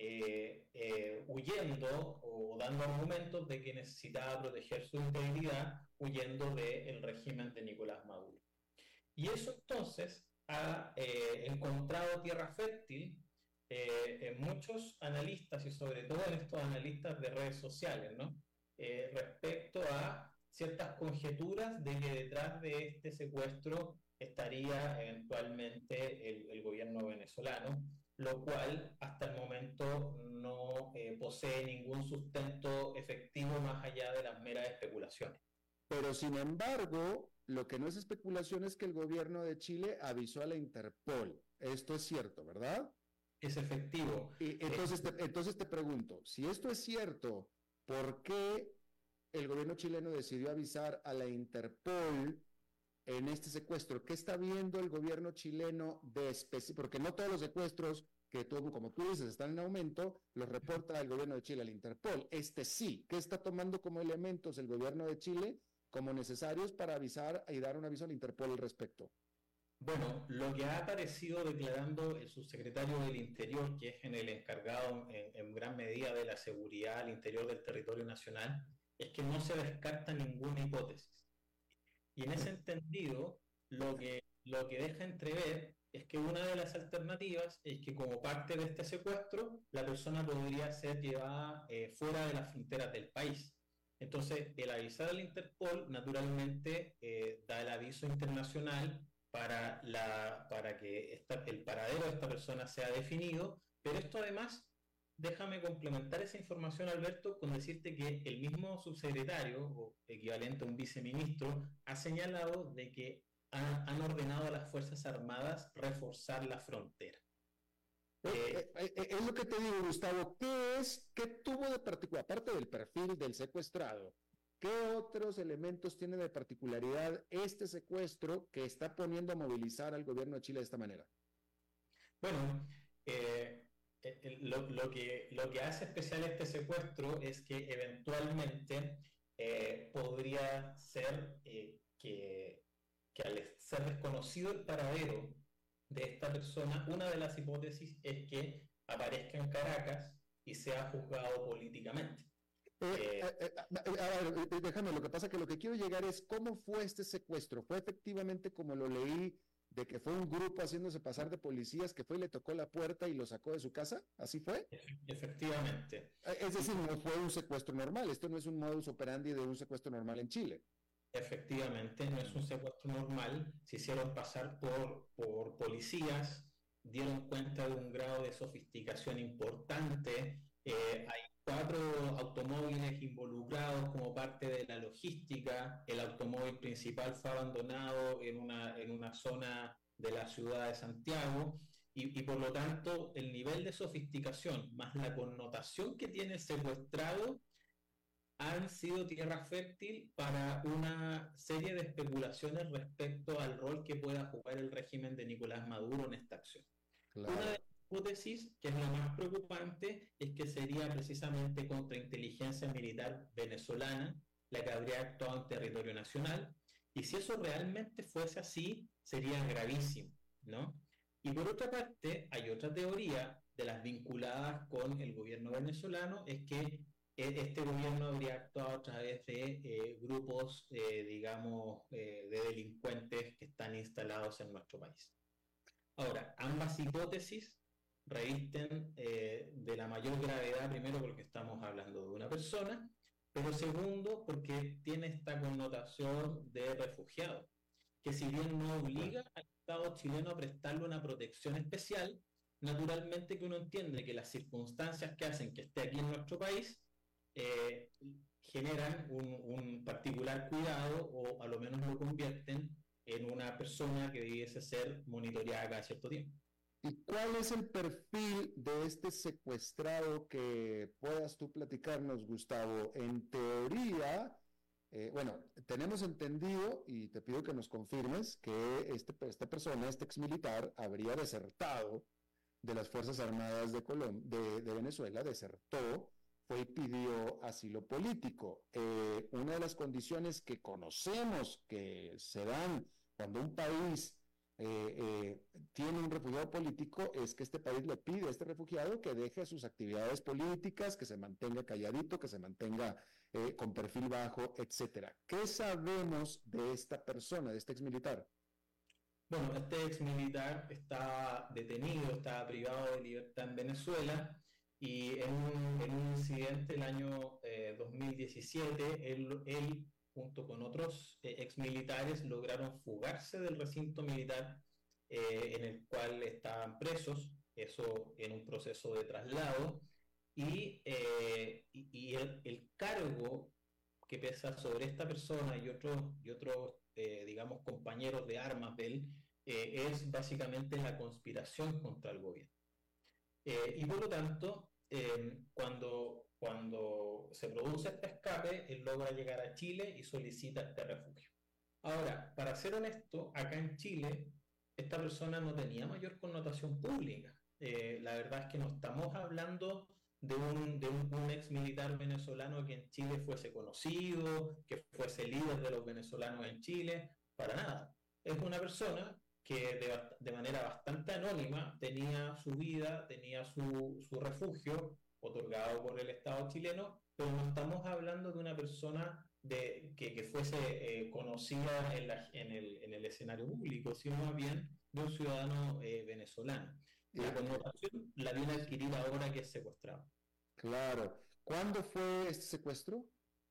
eh, eh, huyendo o dando argumentos de que necesitaba proteger su integridad, huyendo del régimen de Nicolás Maduro. Y eso entonces ha eh, encontrado tierra fértil eh, en muchos analistas y sobre todo en estos analistas de redes sociales, ¿no? Eh, respecto a ciertas conjeturas de que detrás de este secuestro estaría eventualmente el, el gobierno venezolano, lo cual hasta el momento no eh, posee ningún sustento efectivo más allá de las meras especulaciones.
Pero sin embargo, lo que no es especulación es que el gobierno de Chile avisó a la Interpol. Esto es cierto, ¿verdad?
Es efectivo.
Y entonces, te, entonces te pregunto, si esto es cierto, ¿por qué el gobierno chileno decidió avisar a la Interpol en este secuestro? ¿Qué está viendo el gobierno chileno de especie? Porque no todos los secuestros que tú, como tú dices, están en aumento, los reporta el gobierno de Chile a la Interpol. Este sí. ¿Qué está tomando como elementos el gobierno de Chile como necesarios para avisar y dar un aviso al Interpol al respecto?
Bueno, lo que ha aparecido declarando el subsecretario del Interior, que es en el encargado en, en gran medida de la seguridad al interior del territorio nacional, es que no se descarta ninguna hipótesis. Y en ese entendido, lo que, lo que deja entrever es que una de las alternativas es que como parte de este secuestro, la persona podría ser llevada eh, fuera de las fronteras del país. Entonces, el avisar al Interpol, naturalmente, eh, da el aviso internacional para, la, para que esta, el paradero de esta persona sea definido, pero esto además, déjame complementar esa información, Alberto, con decirte que el mismo subsecretario, o equivalente a un viceministro, ha señalado de que han, han ordenado a las Fuerzas Armadas reforzar la frontera.
Eh, eh, eh, es lo que te digo, Gustavo. ¿Qué es, qué tuvo de particular, aparte del perfil del secuestrado, qué otros elementos tiene de particularidad este secuestro que está poniendo a movilizar al gobierno de Chile de esta manera?
Bueno, eh, eh, lo, lo, que, lo que hace especial este secuestro es que eventualmente eh, podría ser eh, que, que al ser desconocido el paradero de esta persona, una de las hipótesis es que aparezca en Caracas y sea juzgado políticamente.
Eh, eh, eh, eh, a ver, eh, déjame, lo que pasa es que lo que quiero llegar es cómo fue este secuestro. ¿Fue efectivamente como lo leí, de que fue un grupo haciéndose pasar de policías que fue y le tocó la puerta y lo sacó de su casa? ¿Así fue?
Efectivamente.
Es decir, no fue un secuestro normal. Esto no es un modus operandi de un secuestro normal en Chile.
Efectivamente, no es un secuestro normal. Se hicieron pasar por, por policías, dieron cuenta de un grado de sofisticación importante. Eh, hay cuatro automóviles involucrados como parte de la logística. El automóvil principal fue abandonado en una, en una zona de la ciudad de Santiago y, y por lo tanto el nivel de sofisticación más la connotación que tiene el secuestrado han sido tierra fértil para una serie de especulaciones respecto al rol que pueda jugar el régimen de Nicolás Maduro en esta acción. Claro. Una de las hipótesis, que es la más preocupante, es que sería precisamente contrainteligencia militar venezolana la que habría actuado en territorio nacional, y si eso realmente fuese así, sería gravísimo, ¿no? Y por otra parte, hay otra teoría de las vinculadas con el gobierno venezolano, es que este gobierno habría actuado a través de eh, grupos, eh, digamos, eh, de delincuentes que están instalados en nuestro país. Ahora, ambas hipótesis revisten eh, de la mayor gravedad, primero porque estamos hablando de una persona, pero segundo porque tiene esta connotación de refugiado, que si bien no obliga al Estado chileno a prestarle una protección especial, naturalmente que uno entiende que las circunstancias que hacen que esté aquí en nuestro país Eh, generan un, un particular cuidado o a lo menos lo convierten en una persona que debiese ser monitoreada cada cierto tiempo.
¿Y cuál es el perfil de este secuestrado que puedas tú platicarnos, Gustavo? En teoría, eh, bueno, tenemos entendido, y te pido que nos confirmes, que este, esta persona, este exmilitar, habría desertado de las Fuerzas Armadas de, Colom- de, de Venezuela, desertó, fue y pidió asilo político. Eh, una de las condiciones que conocemos que se dan cuando un país eh, eh, tiene un refugiado político es que este país le pide a este refugiado que deje sus actividades políticas, que se mantenga calladito, que se mantenga eh, con perfil bajo, etcétera. ¿Qué sabemos de esta persona, de este exmilitar?
Bueno, este exmilitar está detenido, está privado de libertad en Venezuela. Y en un, en un incidente el año eh, dos mil diecisiete, él, él junto con otros eh, exmilitares lograron fugarse del recinto militar eh, en el cual estaban presos, eso en un proceso de traslado, y, eh, y, y el, el cargo que pesa sobre esta persona y otros, y otros eh, digamos, compañeros de armas de él, eh, es básicamente la conspiración contra el gobierno. Eh, y por lo tanto, eh, cuando, cuando se produce este escape, él logra llegar a Chile y solicita este refugio. Ahora, para ser honesto, acá en Chile, esta persona no tenía mayor connotación pública. Eh, la verdad es que no estamos hablando de un, de un, un ex militar venezolano que en Chile fuese conocido, que fuese líder de los venezolanos en Chile, para nada. Es una persona que de, de manera bastante anónima tenía su vida, tenía su, su refugio otorgado por el Estado chileno, pero no estamos hablando de una persona de, que, que fuese eh, conocida en, la, en, el, en el escenario público, sino más bien de un ciudadano eh, venezolano. La connotación la viene a adquirir ahora que es secuestrado.
Claro. ¿Cuándo fue este secuestro?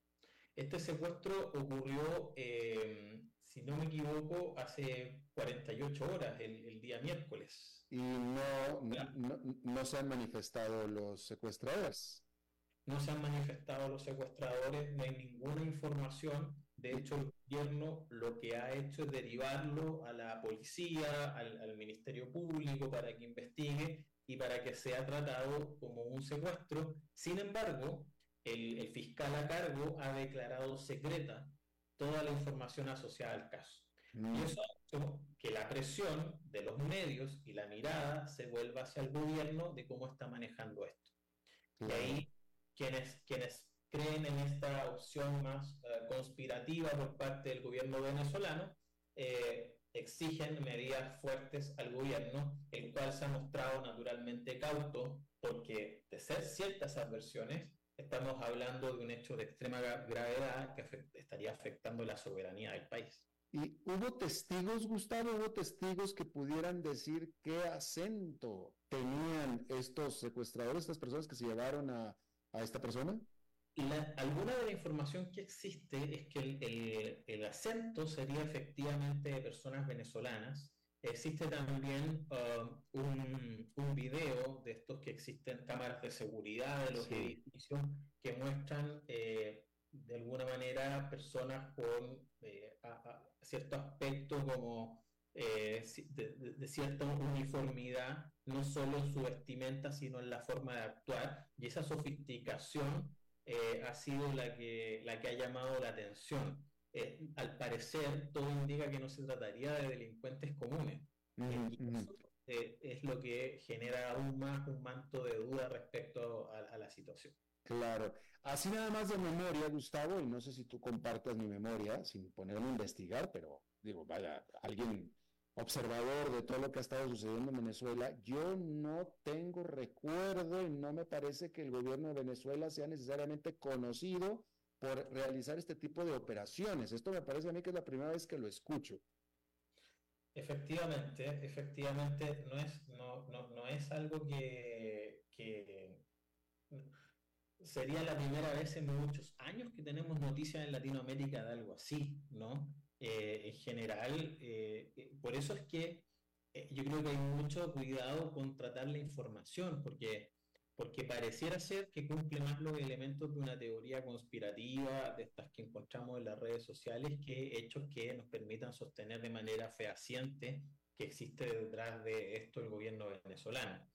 Este secuestro ocurrió, eh, si no me equivoco, hace cuarenta y ocho horas, el, el día miércoles.
¿Y no, no, no, no se han manifestado los secuestradores?
No se han manifestado los secuestradores, no hay ninguna información. De hecho, el gobierno lo que ha hecho es derivarlo a la policía, al, al Ministerio Público para que investigue y para que sea tratado como un secuestro. Sin embargo, el, el fiscal a cargo ha declarado secreta toda la información asociada al caso. Mm. Y eso ha hecho que la presión de los medios y la mirada se vuelva hacia el gobierno de cómo está manejando esto. Claro. Y ahí quienes, quienes creen en esta opción más uh, conspirativa por parte del gobierno venezolano, eh, exigen medidas fuertes al gobierno, el cual se ha mostrado naturalmente cauto, porque de ser ciertas esas versiones, estamos hablando de un hecho de extrema gravedad que afect- estaría afectando la soberanía del país.
¿Y hubo testigos, Gustavo? ¿Hubo testigos que pudieran decir qué acento tenían estos secuestradores, estas personas que se llevaron a, a esta persona?
La, alguna de la información que existe es que el, el, el acento sería efectivamente de personas venezolanas. Existe también uh, un, un video de estos que existen, cámaras de seguridad de los sí. edificios, que muestran eh, de alguna manera personas con eh, a, a cierto aspecto como eh, de, de, de cierta uniformidad, no solo en su vestimenta, sino en la forma de actuar, y esa sofisticación eh, ha sido la que, la que ha llamado la atención. Eh, al parecer, todo indica que no se trataría de delincuentes comunes. Uh-huh, eh, y eso uh-huh. eh, es lo que genera aún más un manto de duda respecto a, a la situación.
Claro. Así nada más de memoria, Gustavo, y no sé si tú compartas mi memoria, sin ponerme a investigar, pero digo, vaya, alguien observador de todo lo que ha estado sucediendo en Venezuela, yo no tengo recuerdo y no me parece que el gobierno de Venezuela sea necesariamente conocido por realizar este tipo de operaciones. Esto me parece a mí que es la primera vez que lo escucho.
Efectivamente, efectivamente no es, no, no, no es algo que, que sería la primera vez en muchos años que tenemos noticias en Latinoamérica de algo así, ¿no? Eh, en general, eh, por eso es que eh, yo creo que hay mucho cuidado con tratar la información, porque, porque pareciera ser que cumple más los elementos de una teoría conspirativa, de estas que encontramos en las redes sociales, que hechos que nos permitan sostener de manera fehaciente que existe detrás de esto el gobierno venezolano.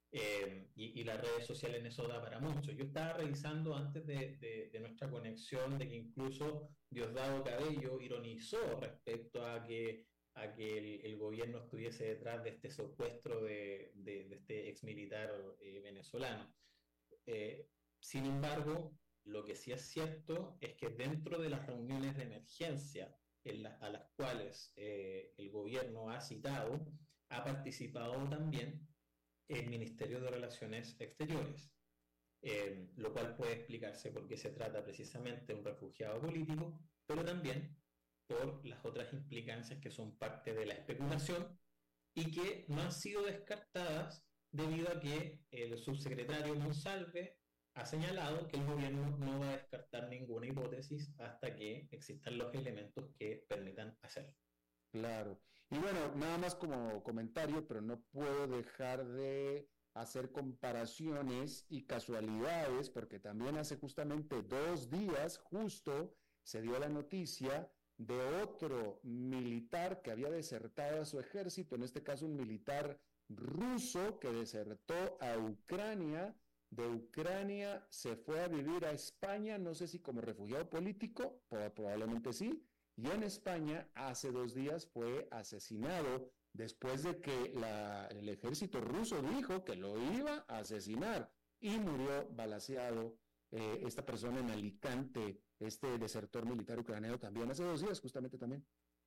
Eh, y, y las redes sociales en eso da para mucho. Yo estaba revisando antes de, de, de nuestra conexión de que incluso Diosdado Cabello ironizó respecto a que, a que el, el gobierno estuviese detrás de este secuestro de, de, de este ex militar eh, venezolano. Eh, sin embargo, lo que sí es cierto es que dentro de las reuniones de emergencia en la, a las cuales eh, el gobierno ha citado, ha participado también el Ministerio de Relaciones Exteriores, eh, lo cual puede explicarse porque se trata precisamente de un refugiado político, pero también por las otras implicancias que son parte de la especulación y que no han sido descartadas debido a que el subsecretario Monsalve ha señalado que el gobierno no va a descartar ninguna hipótesis hasta que existan los elementos que permitan hacerlo.
Claro. Y bueno, nada más como comentario, pero no puedo dejar de hacer comparaciones y casualidades, porque también hace justamente dos días, justo, se dio la noticia de otro militar que había desertado a su ejército, en este caso un militar ruso que desertó a Ucrania, de Ucrania se fue a vivir a España, no sé si como refugiado político, probablemente sí, y en España hace dos días fue asesinado después de que la, el ejército ruso dijo que lo iba a asesinar y murió balaceado eh, esta persona en Alicante, este desertor militar ucraniano también, hace dos días justamente también.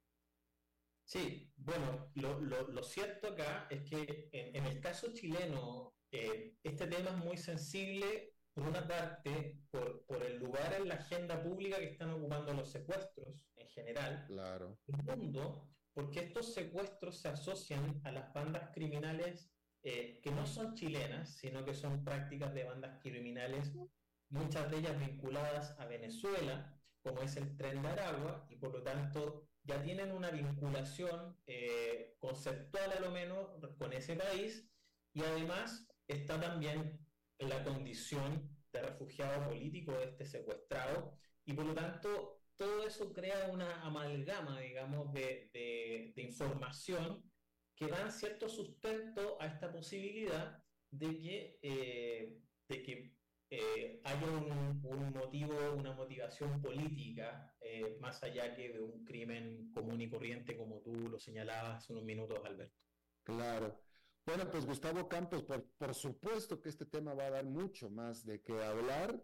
Sí, bueno, lo, lo, lo cierto acá es que en, en el caso chileno eh, este tema es muy sensible. Por una parte, por, por el lugar en la agenda pública que están ocupando los secuestros en general.
Claro.
Segundo, porque estos secuestros se asocian a las bandas criminales eh, que no son chilenas, sino que son prácticas de bandas criminales, muchas de ellas vinculadas a Venezuela, como es el Tren de Aragua, y por lo tanto ya tienen una vinculación eh, conceptual a lo menos con ese país, y además está también la condición de refugiado político de este secuestrado, y por lo tanto todo eso crea una amalgama, digamos, de, de, de información que dan cierto sustento a esta posibilidad de que, eh, de que eh, haya un, un motivo, una motivación política, eh, más allá que de un crimen común y corriente, como tú lo señalabas hace unos minutos, Alberto.
Claro. Bueno, pues Gustavo Campos, por, por supuesto que este tema va a dar mucho más de qué hablar. Eh,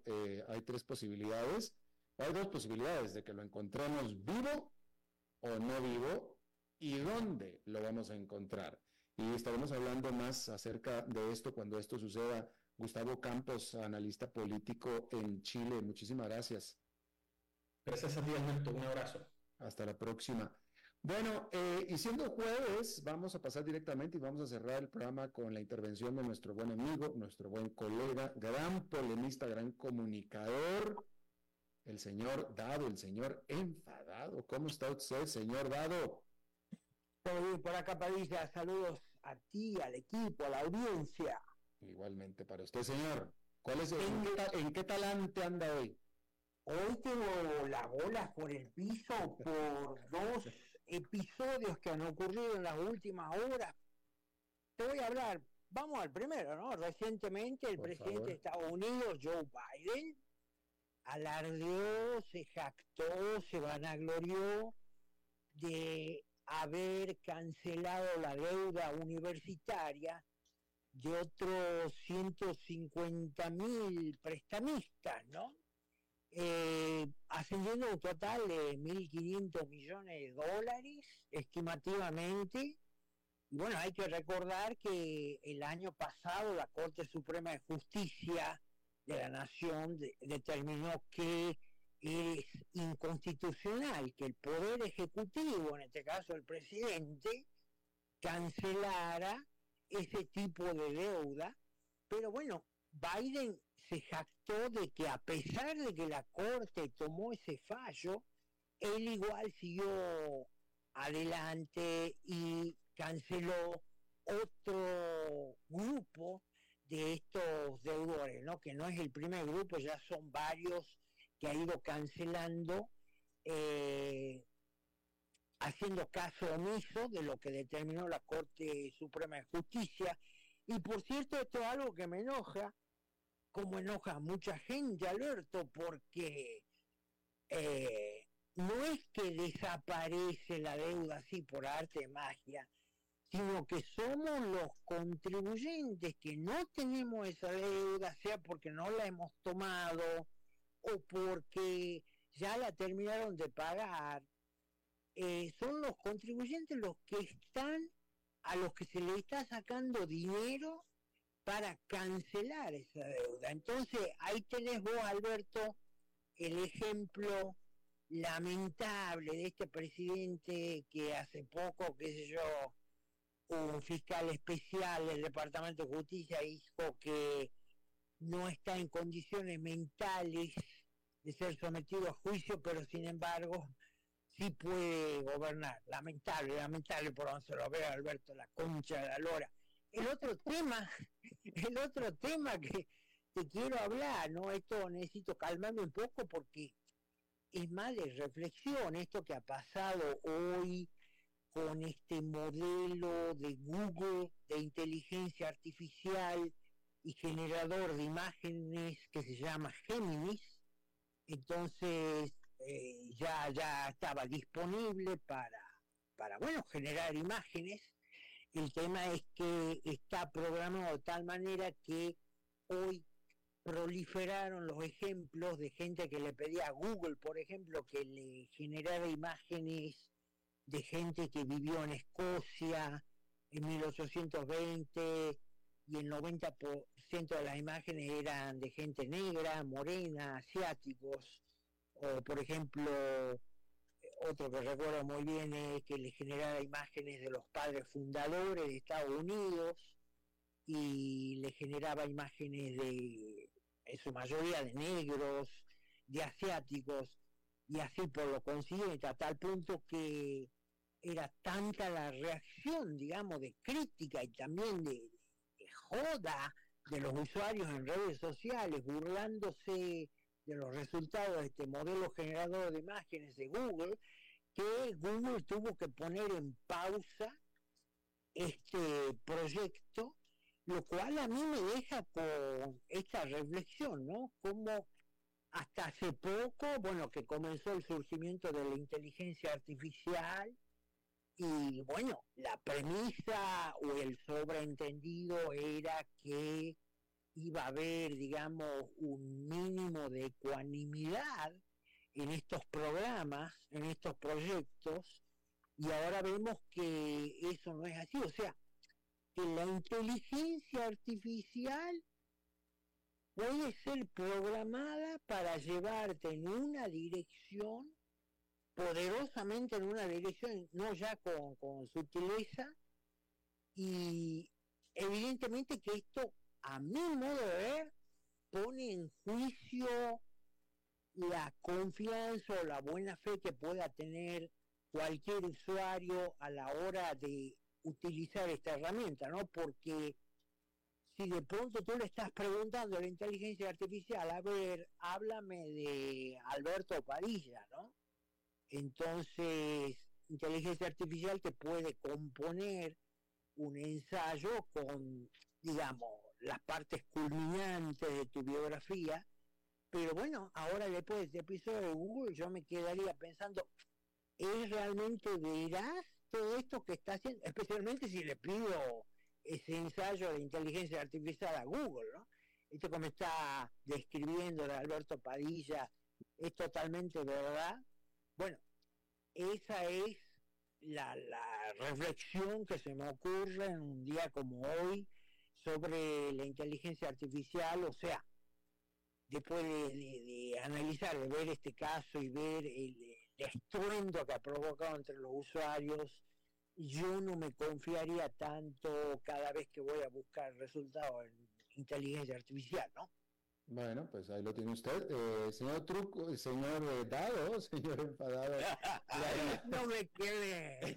hay tres posibilidades, hay dos posibilidades de que lo encontremos vivo o no vivo, y dónde lo vamos a encontrar. Y estaremos hablando más acerca de esto cuando esto suceda. Gustavo Campos, analista político en Chile, muchísimas gracias.
Gracias a ti, Alberto, un abrazo.
Hasta la próxima. Bueno, eh, y siendo jueves, vamos a pasar directamente y vamos a cerrar el programa con la intervención de nuestro buen amigo, nuestro buen colega, gran polemista, gran comunicador, el señor Dado, el señor enfadado. ¿Cómo está usted, señor Dado?
Todo bien por acá, Padilla. Saludos a ti, al equipo, a la audiencia.
Igualmente para usted, señor. ¿Cuál es el, en, qué, ¿En qué talante anda hoy?
Hoy tengo las bolas por el piso por dos episodios que han ocurrido en las últimas horas. Te voy a hablar, vamos al primero, ¿no? Recientemente el por presidente favor. de Estados Unidos, Joe Biden, alardeó, se jactó, se vanaglorió de haber cancelado la deuda universitaria de otros ciento cincuenta mil prestamistas, ¿no? Eh, ascendiendo a un total de mil quinientos millones de dólares, estimativamente. Y bueno, hay que recordar que el año pasado la Corte Suprema de Justicia de la Nación de, determinó que es inconstitucional que el Poder Ejecutivo, en este caso el presidente, cancelara ese tipo de deuda. Pero bueno, Biden se jactó de que a pesar de que la Corte tomó ese fallo, él igual siguió adelante y canceló otro grupo de estos deudores, ¿no? Que no es el primer grupo, ya son varios que ha ido cancelando, eh, haciendo caso omiso de lo que determinó la Corte Suprema de Justicia. Y por cierto, esto es algo que me enoja, como enoja a mucha gente, Alberto, porque eh, no es que desaparece la deuda así por arte de magia, sino que somos los contribuyentes que no tenemos esa deuda, sea porque no la hemos tomado o porque ya la terminaron de pagar. Eh, son los contribuyentes los que están, a los que se le está sacando dinero para cancelar esa deuda. Entonces, ahí tenés vos, Alberto, el ejemplo lamentable de este presidente que hace poco, qué sé yo, un fiscal especial del Departamento de Justicia dijo que no está en condiciones mentales de ser sometido a juicio, pero sin embargo sí puede gobernar. Lamentable, lamentable por donde se lo vea, Alberto, la concha de la lora. El otro tema, el otro tema que te quiero hablar, ¿no? Esto necesito calmarme un poco porque es más de reflexión, esto que ha pasado hoy con este modelo de Google de inteligencia artificial y generador de imágenes que se llama Géminis. Entonces eh, ya, ya estaba disponible para, para, bueno, generar imágenes. El tema es que está programado de tal manera que hoy proliferaron los ejemplos de gente que le pedía a Google, por ejemplo, que le generara imágenes de gente que vivió en Escocia en mil ochocientos veinte y el noventa por ciento de las imágenes eran de gente negra, morena, asiáticos. O por ejemplo, otro que recuerdo muy bien es que le generara imágenes de los padres fundadores de Estados Unidos y le generaba imágenes de, en su mayoría, de negros, de asiáticos, y así por lo consiguiente, a tal punto que era tanta la reacción, digamos, de crítica y también de, de joda de los usuarios en redes sociales, burlándose de los resultados de este modelo generador de imágenes de Google, que Google tuvo que poner en pausa este proyecto, lo cual a mí me deja con esta reflexión, ¿no? Como hasta hace poco, bueno, que comenzó el surgimiento de la inteligencia artificial, y bueno, la premisa o el sobreentendido era que iba a haber, digamos, un mínimo de ecuanimidad en estos programas, en estos proyectos, y ahora vemos que eso no es así. O sea, que la inteligencia artificial puede ser programada para llevarte en una dirección, poderosamente en una dirección, no ya con, con sutileza, y evidentemente que esto, a mi modo de ver, pone en juicio la confianza o la buena fe que pueda tener cualquier usuario a la hora de utilizar esta herramienta, ¿no? Porque si de pronto tú le estás preguntando a la inteligencia artificial, a ver, háblame de Alberto Padilla, ¿no? Entonces, inteligencia artificial te puede componer un ensayo con, digamos, las partes culminantes de tu biografía, pero bueno, ahora después de este episodio de Google yo me quedaría pensando, ¿es realmente veraz todo esto que está haciendo? Especialmente si le pido ese ensayo de inteligencia artificial a Google, ¿no? Esto que me está describiendo de Alberto Padilla, ¿es totalmente verdad? Bueno, esa es la, la reflexión que se me ocurre en un día como hoy sobre la inteligencia artificial. O sea, después de, de, de analizar, de ver este caso y ver el, el estruendo que ha provocado entre los usuarios, yo no me confiaría tanto cada vez que voy a buscar resultados en inteligencia artificial, ¿no?
Bueno, pues ahí lo tiene usted. Eh, señor Truco, señor eh, Dado, señor Enfadado.
No me quede.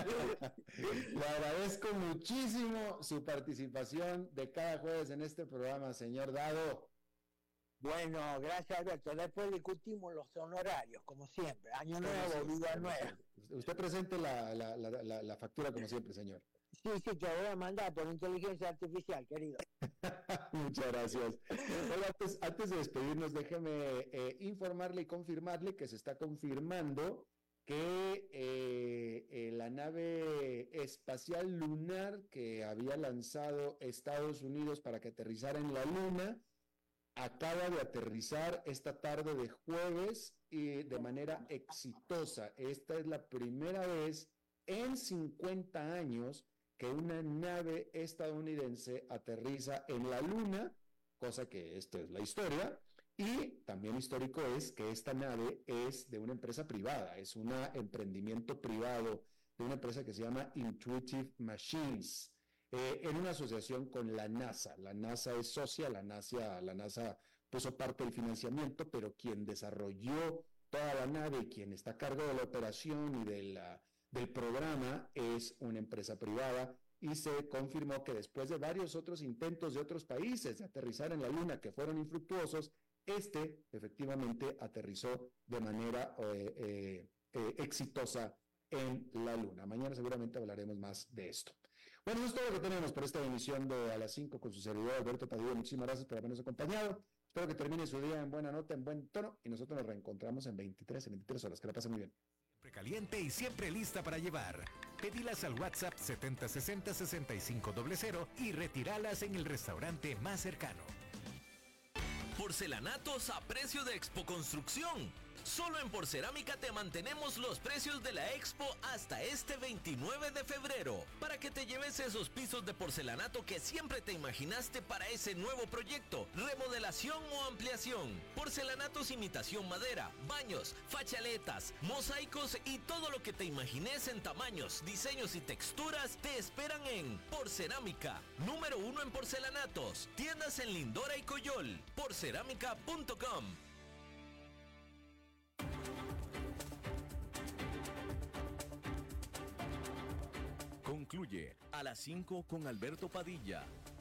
Le agradezco muchísimo su participación de cada jueves en este programa, señor Dado.
Bueno, gracias Alberto. Después discutimos los honorarios, como siempre. Año nuevo, vida nueva.
Usted presente la, la, la, la, la factura como siempre, señor.
Sí, sí, te voy a mandar por inteligencia artificial, querido.
Muchas gracias. Bueno, pues, antes de despedirnos, déjeme eh, informarle y confirmarle que se está confirmando que eh, eh, la nave espacial lunar que había lanzado Estados Unidos para que aterrizara en la Luna acaba de aterrizar esta tarde de jueves y de manera exitosa. Esta es la primera vez en cincuenta años que una nave estadounidense aterriza en la Luna, cosa que esta es la historia, y también histórico es que esta nave es de una empresa privada, es un emprendimiento privado de una empresa que se llama Intuitive Machines, eh, en una asociación con la NASA. La NASA es socia, la NASA, la NASA puso parte del financiamiento, pero quien desarrolló toda la nave y quien está a cargo de la operación y de la del programa es una empresa privada, y se confirmó que después de varios otros intentos de otros países de aterrizar en la Luna que fueron infructuosos, este efectivamente aterrizó de manera eh, eh, eh, exitosa en la Luna. Mañana seguramente hablaremos más de esto. Bueno, eso es todo lo que tenemos por esta emisión de A las cinco con su servidor Alberto Padilla. Muchísimas gracias por habernos acompañado. Espero que termine su día en buena nota, en buen tono, y nosotros nos reencontramos en veintitrés, en veintitrés horas. Que la pasen muy bien.
Caliente y siempre lista para llevar. Pedilas al WhatsApp setenta sesenta sesenta y cinco cero cero y retíralas en el restaurante más cercano.
Porcelanatos a precio de Expo Construcción. Solo en Porcerámica te mantenemos los precios de la Expo hasta este veintinueve de febrero, para que te lleves esos pisos de porcelanato que siempre te imaginaste para ese nuevo proyecto, remodelación o ampliación. Porcelanatos imitación madera, baños, fachaletas, mosaicos y todo lo que te imagines en tamaños, diseños y texturas te esperan en Porcerámica, número uno en porcelanatos. Tiendas en Lindora y Coyol. porcerámica punto com. Concluye A las cinco con Alberto Padilla.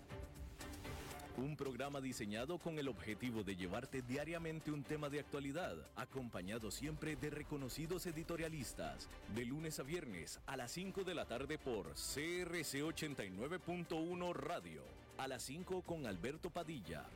Un programa diseñado con el objetivo de llevarte diariamente un tema de actualidad, acompañado siempre de reconocidos editorialistas, de lunes a viernes a las cinco de la tarde por C R C ochenta y nueve punto uno Radio. A las cinco con Alberto Padilla.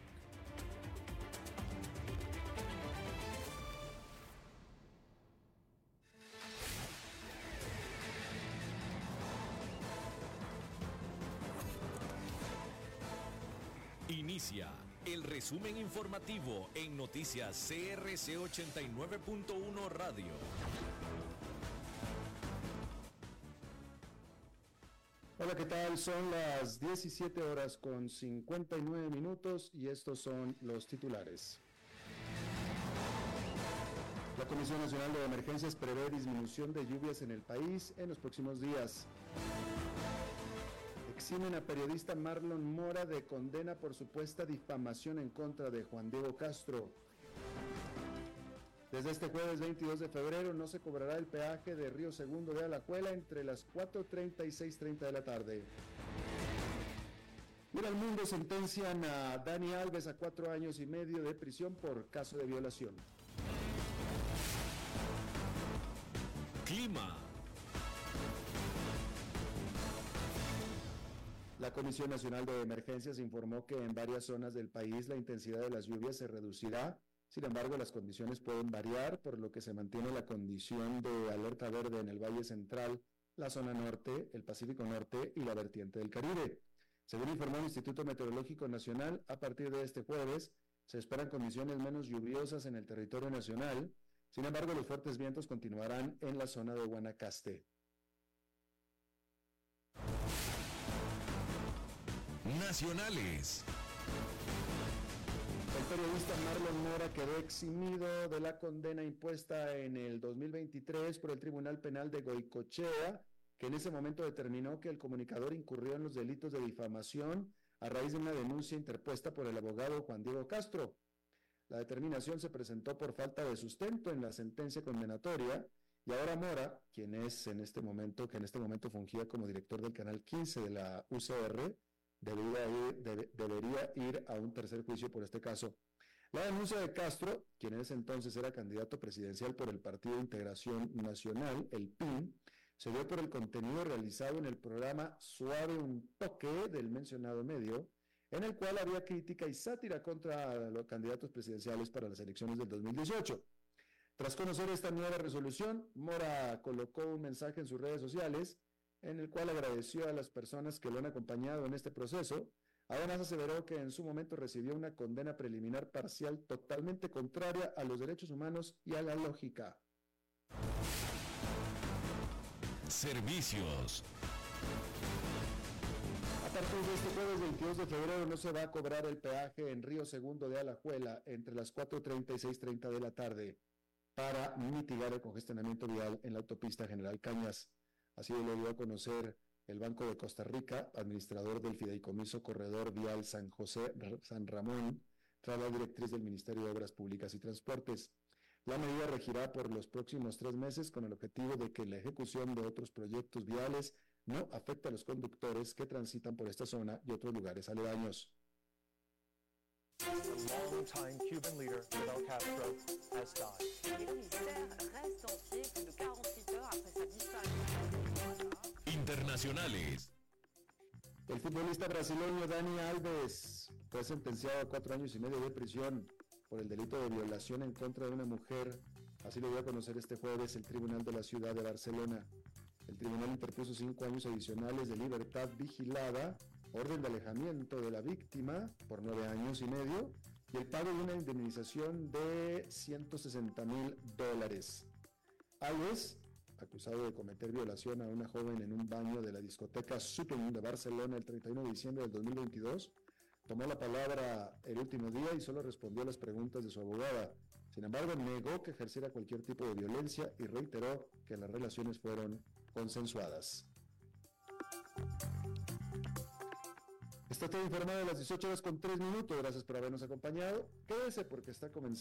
Inicia el resumen informativo en Noticias C R C ochenta y nueve punto uno Radio.
Hola, ¿qué tal? Son las diecisiete horas con cincuenta y nueve minutos y estos son los titulares. La Comisión Nacional de Emergencias prevé disminución de lluvias en el país en los próximos días. Eximen a periodista Marlon Mora de condena por supuesta difamación en contra de Juan Diego Castro. Desde este jueves veintidós de febrero no se cobrará el peaje de Río Segundo de Alajuela entre las cuatro treinta y seis treinta de la tarde. Mira, el mundo sentencian a Dani Alves a cuatro años y medio de prisión por caso de violación.
Clima.
La Comisión Nacional de Emergencias informó que en varias zonas del país la intensidad de las lluvias se reducirá. Sin embargo, las condiciones pueden variar, por lo que se mantiene la condición de alerta verde en el Valle Central, la zona norte, el Pacífico Norte y la vertiente del Caribe. Según informó el Instituto Meteorológico Nacional, a partir de este jueves se esperan condiciones menos lluviosas en el territorio nacional. Sin embargo, los fuertes vientos continuarán en la zona de Guanacaste.
Nacionales.
El periodista Marlon Mora quedó eximido de la condena impuesta en el dos mil veintitrés por el Tribunal Penal de Goicoechea, que en ese momento determinó que el comunicador incurrió en los delitos de difamación a raíz de una denuncia interpuesta por el abogado Juan Diego Castro. La determinación se presentó por falta de sustento en la sentencia condenatoria y ahora Mora, quien es en este momento, que en este momento fungía como director del Canal quince de la U C R, Debería ir, debe, debería ir a un tercer juicio por este caso. La denuncia de Castro, quien en ese entonces era candidato presidencial por el Partido de Integración Nacional, el P I N, se dio por el contenido realizado en el programa Suave un Toque del mencionado medio, en el cual había crítica y sátira contra los candidatos presidenciales para las elecciones del dos mil dieciocho. Tras conocer esta nueva resolución, Mora colocó un mensaje en sus redes sociales en el cual agradeció a las personas que lo han acompañado en este proceso. Además aseveró que en su momento recibió una condena preliminar parcial totalmente contraria a los derechos humanos y a la lógica.
Servicios.
A partir de este jueves veintidós de febrero no se va a cobrar el peaje en Río Segundo de Alajuela entre las cuatro treinta y seis treinta de la tarde para mitigar el congestionamiento vial en la autopista General Cañas. Así lo dio a conocer el Banco de Costa Rica, administrador del Fideicomiso Corredor Vial San José San Ramón, tras la directriz del Ministerio de Obras Públicas y Transportes. La medida regirá por los próximos tres meses con el objetivo de que la ejecución de otros proyectos viales no afecte a los conductores que transitan por esta zona y otros lugares aledaños.
A long-time Cuban leader, Fidel Castro, has died.
Les mystères restent entiers plus de quarante-huit heures après sa disparition.
Internacionales.
El futbolista brasileño Dani Alves fue sentenciado a cuatro años y medio de prisión por el delito de violación en contra de una mujer. Así lo dio a conocer este jueves el Tribunal de la Ciudad de Barcelona. El tribunal interpuso cinco años adicionales de libertad vigilada, orden de alejamiento de la víctima por nueve años y medio y el pago de una indemnización de ciento sesenta mil dólares. Alves, acusado de cometer violación a una joven en un baño de la discoteca Sutem de Barcelona el treinta y uno de diciembre del dos mil veintidós, tomó la palabra el último día y solo respondió a las preguntas de su abogada. Sin embargo, negó que ejerciera cualquier tipo de violencia y reiteró que las relaciones fueron consensuadas. Está todo informado a las dieciocho horas con tres minutos. Gracias por habernos acompañado. Quédese porque está comenzando.